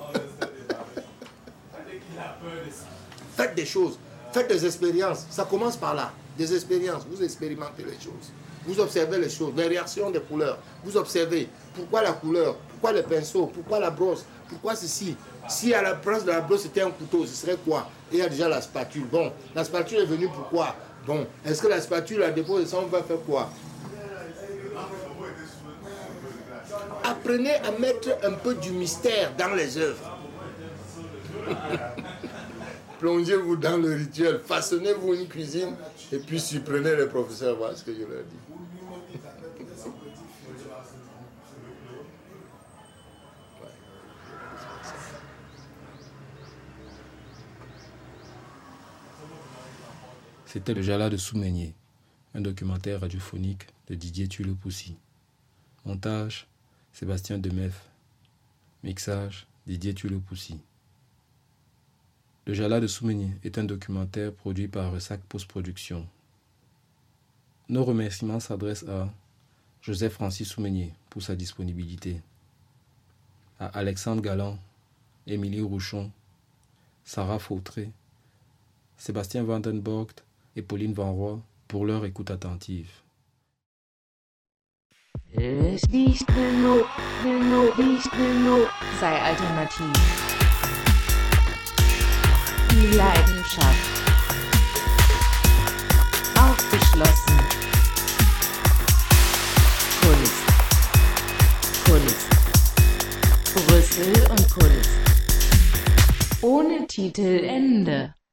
Faites des choses, faites des expériences. Ça commence par là. Des expériences, vous expérimentez les choses. Vous observez les choses, les réactions des couleurs. Vous observez pourquoi la couleur, pourquoi le pinceau, pourquoi la brosse, pourquoi ceci. Si à la place de la brosse c'était un couteau, ce serait quoi? Et il y a déjà la spatule. Bon, la spatule est venue pourquoi? Bon, est-ce que la spatule a déposé ça, on va faire quoi? Apprenez à mettre un peu du mystère dans les œuvres. Plongez-vous dans le rituel, façonnez-vous une cuisine et puis surprenez les professeurs, voilà ce que je leur dis. C'était le Jala de Soumeigné, un documentaire radiophonique de Didier Tuile-Poussy. Montage, Sébastien Demef. Mixage, Didier Tuile-Poussy. Le Jala de Soumeigné est un documentaire produit par Ressac Post-Production. Nos remerciements s'adressent à Joseph Francis Soumeigné pour sa disponibilité, à Alexandre Galland, Émilie Rouchon, Sarah Fautré, Sébastien Vandenborgt et Pauline Van Roy pour leur écoute attentive. Sei alternativ. Die Leidenschaft. Aufgeschlossen. Kunst. Kunst. Brüssel und Kunst. Ohne Titel Ende.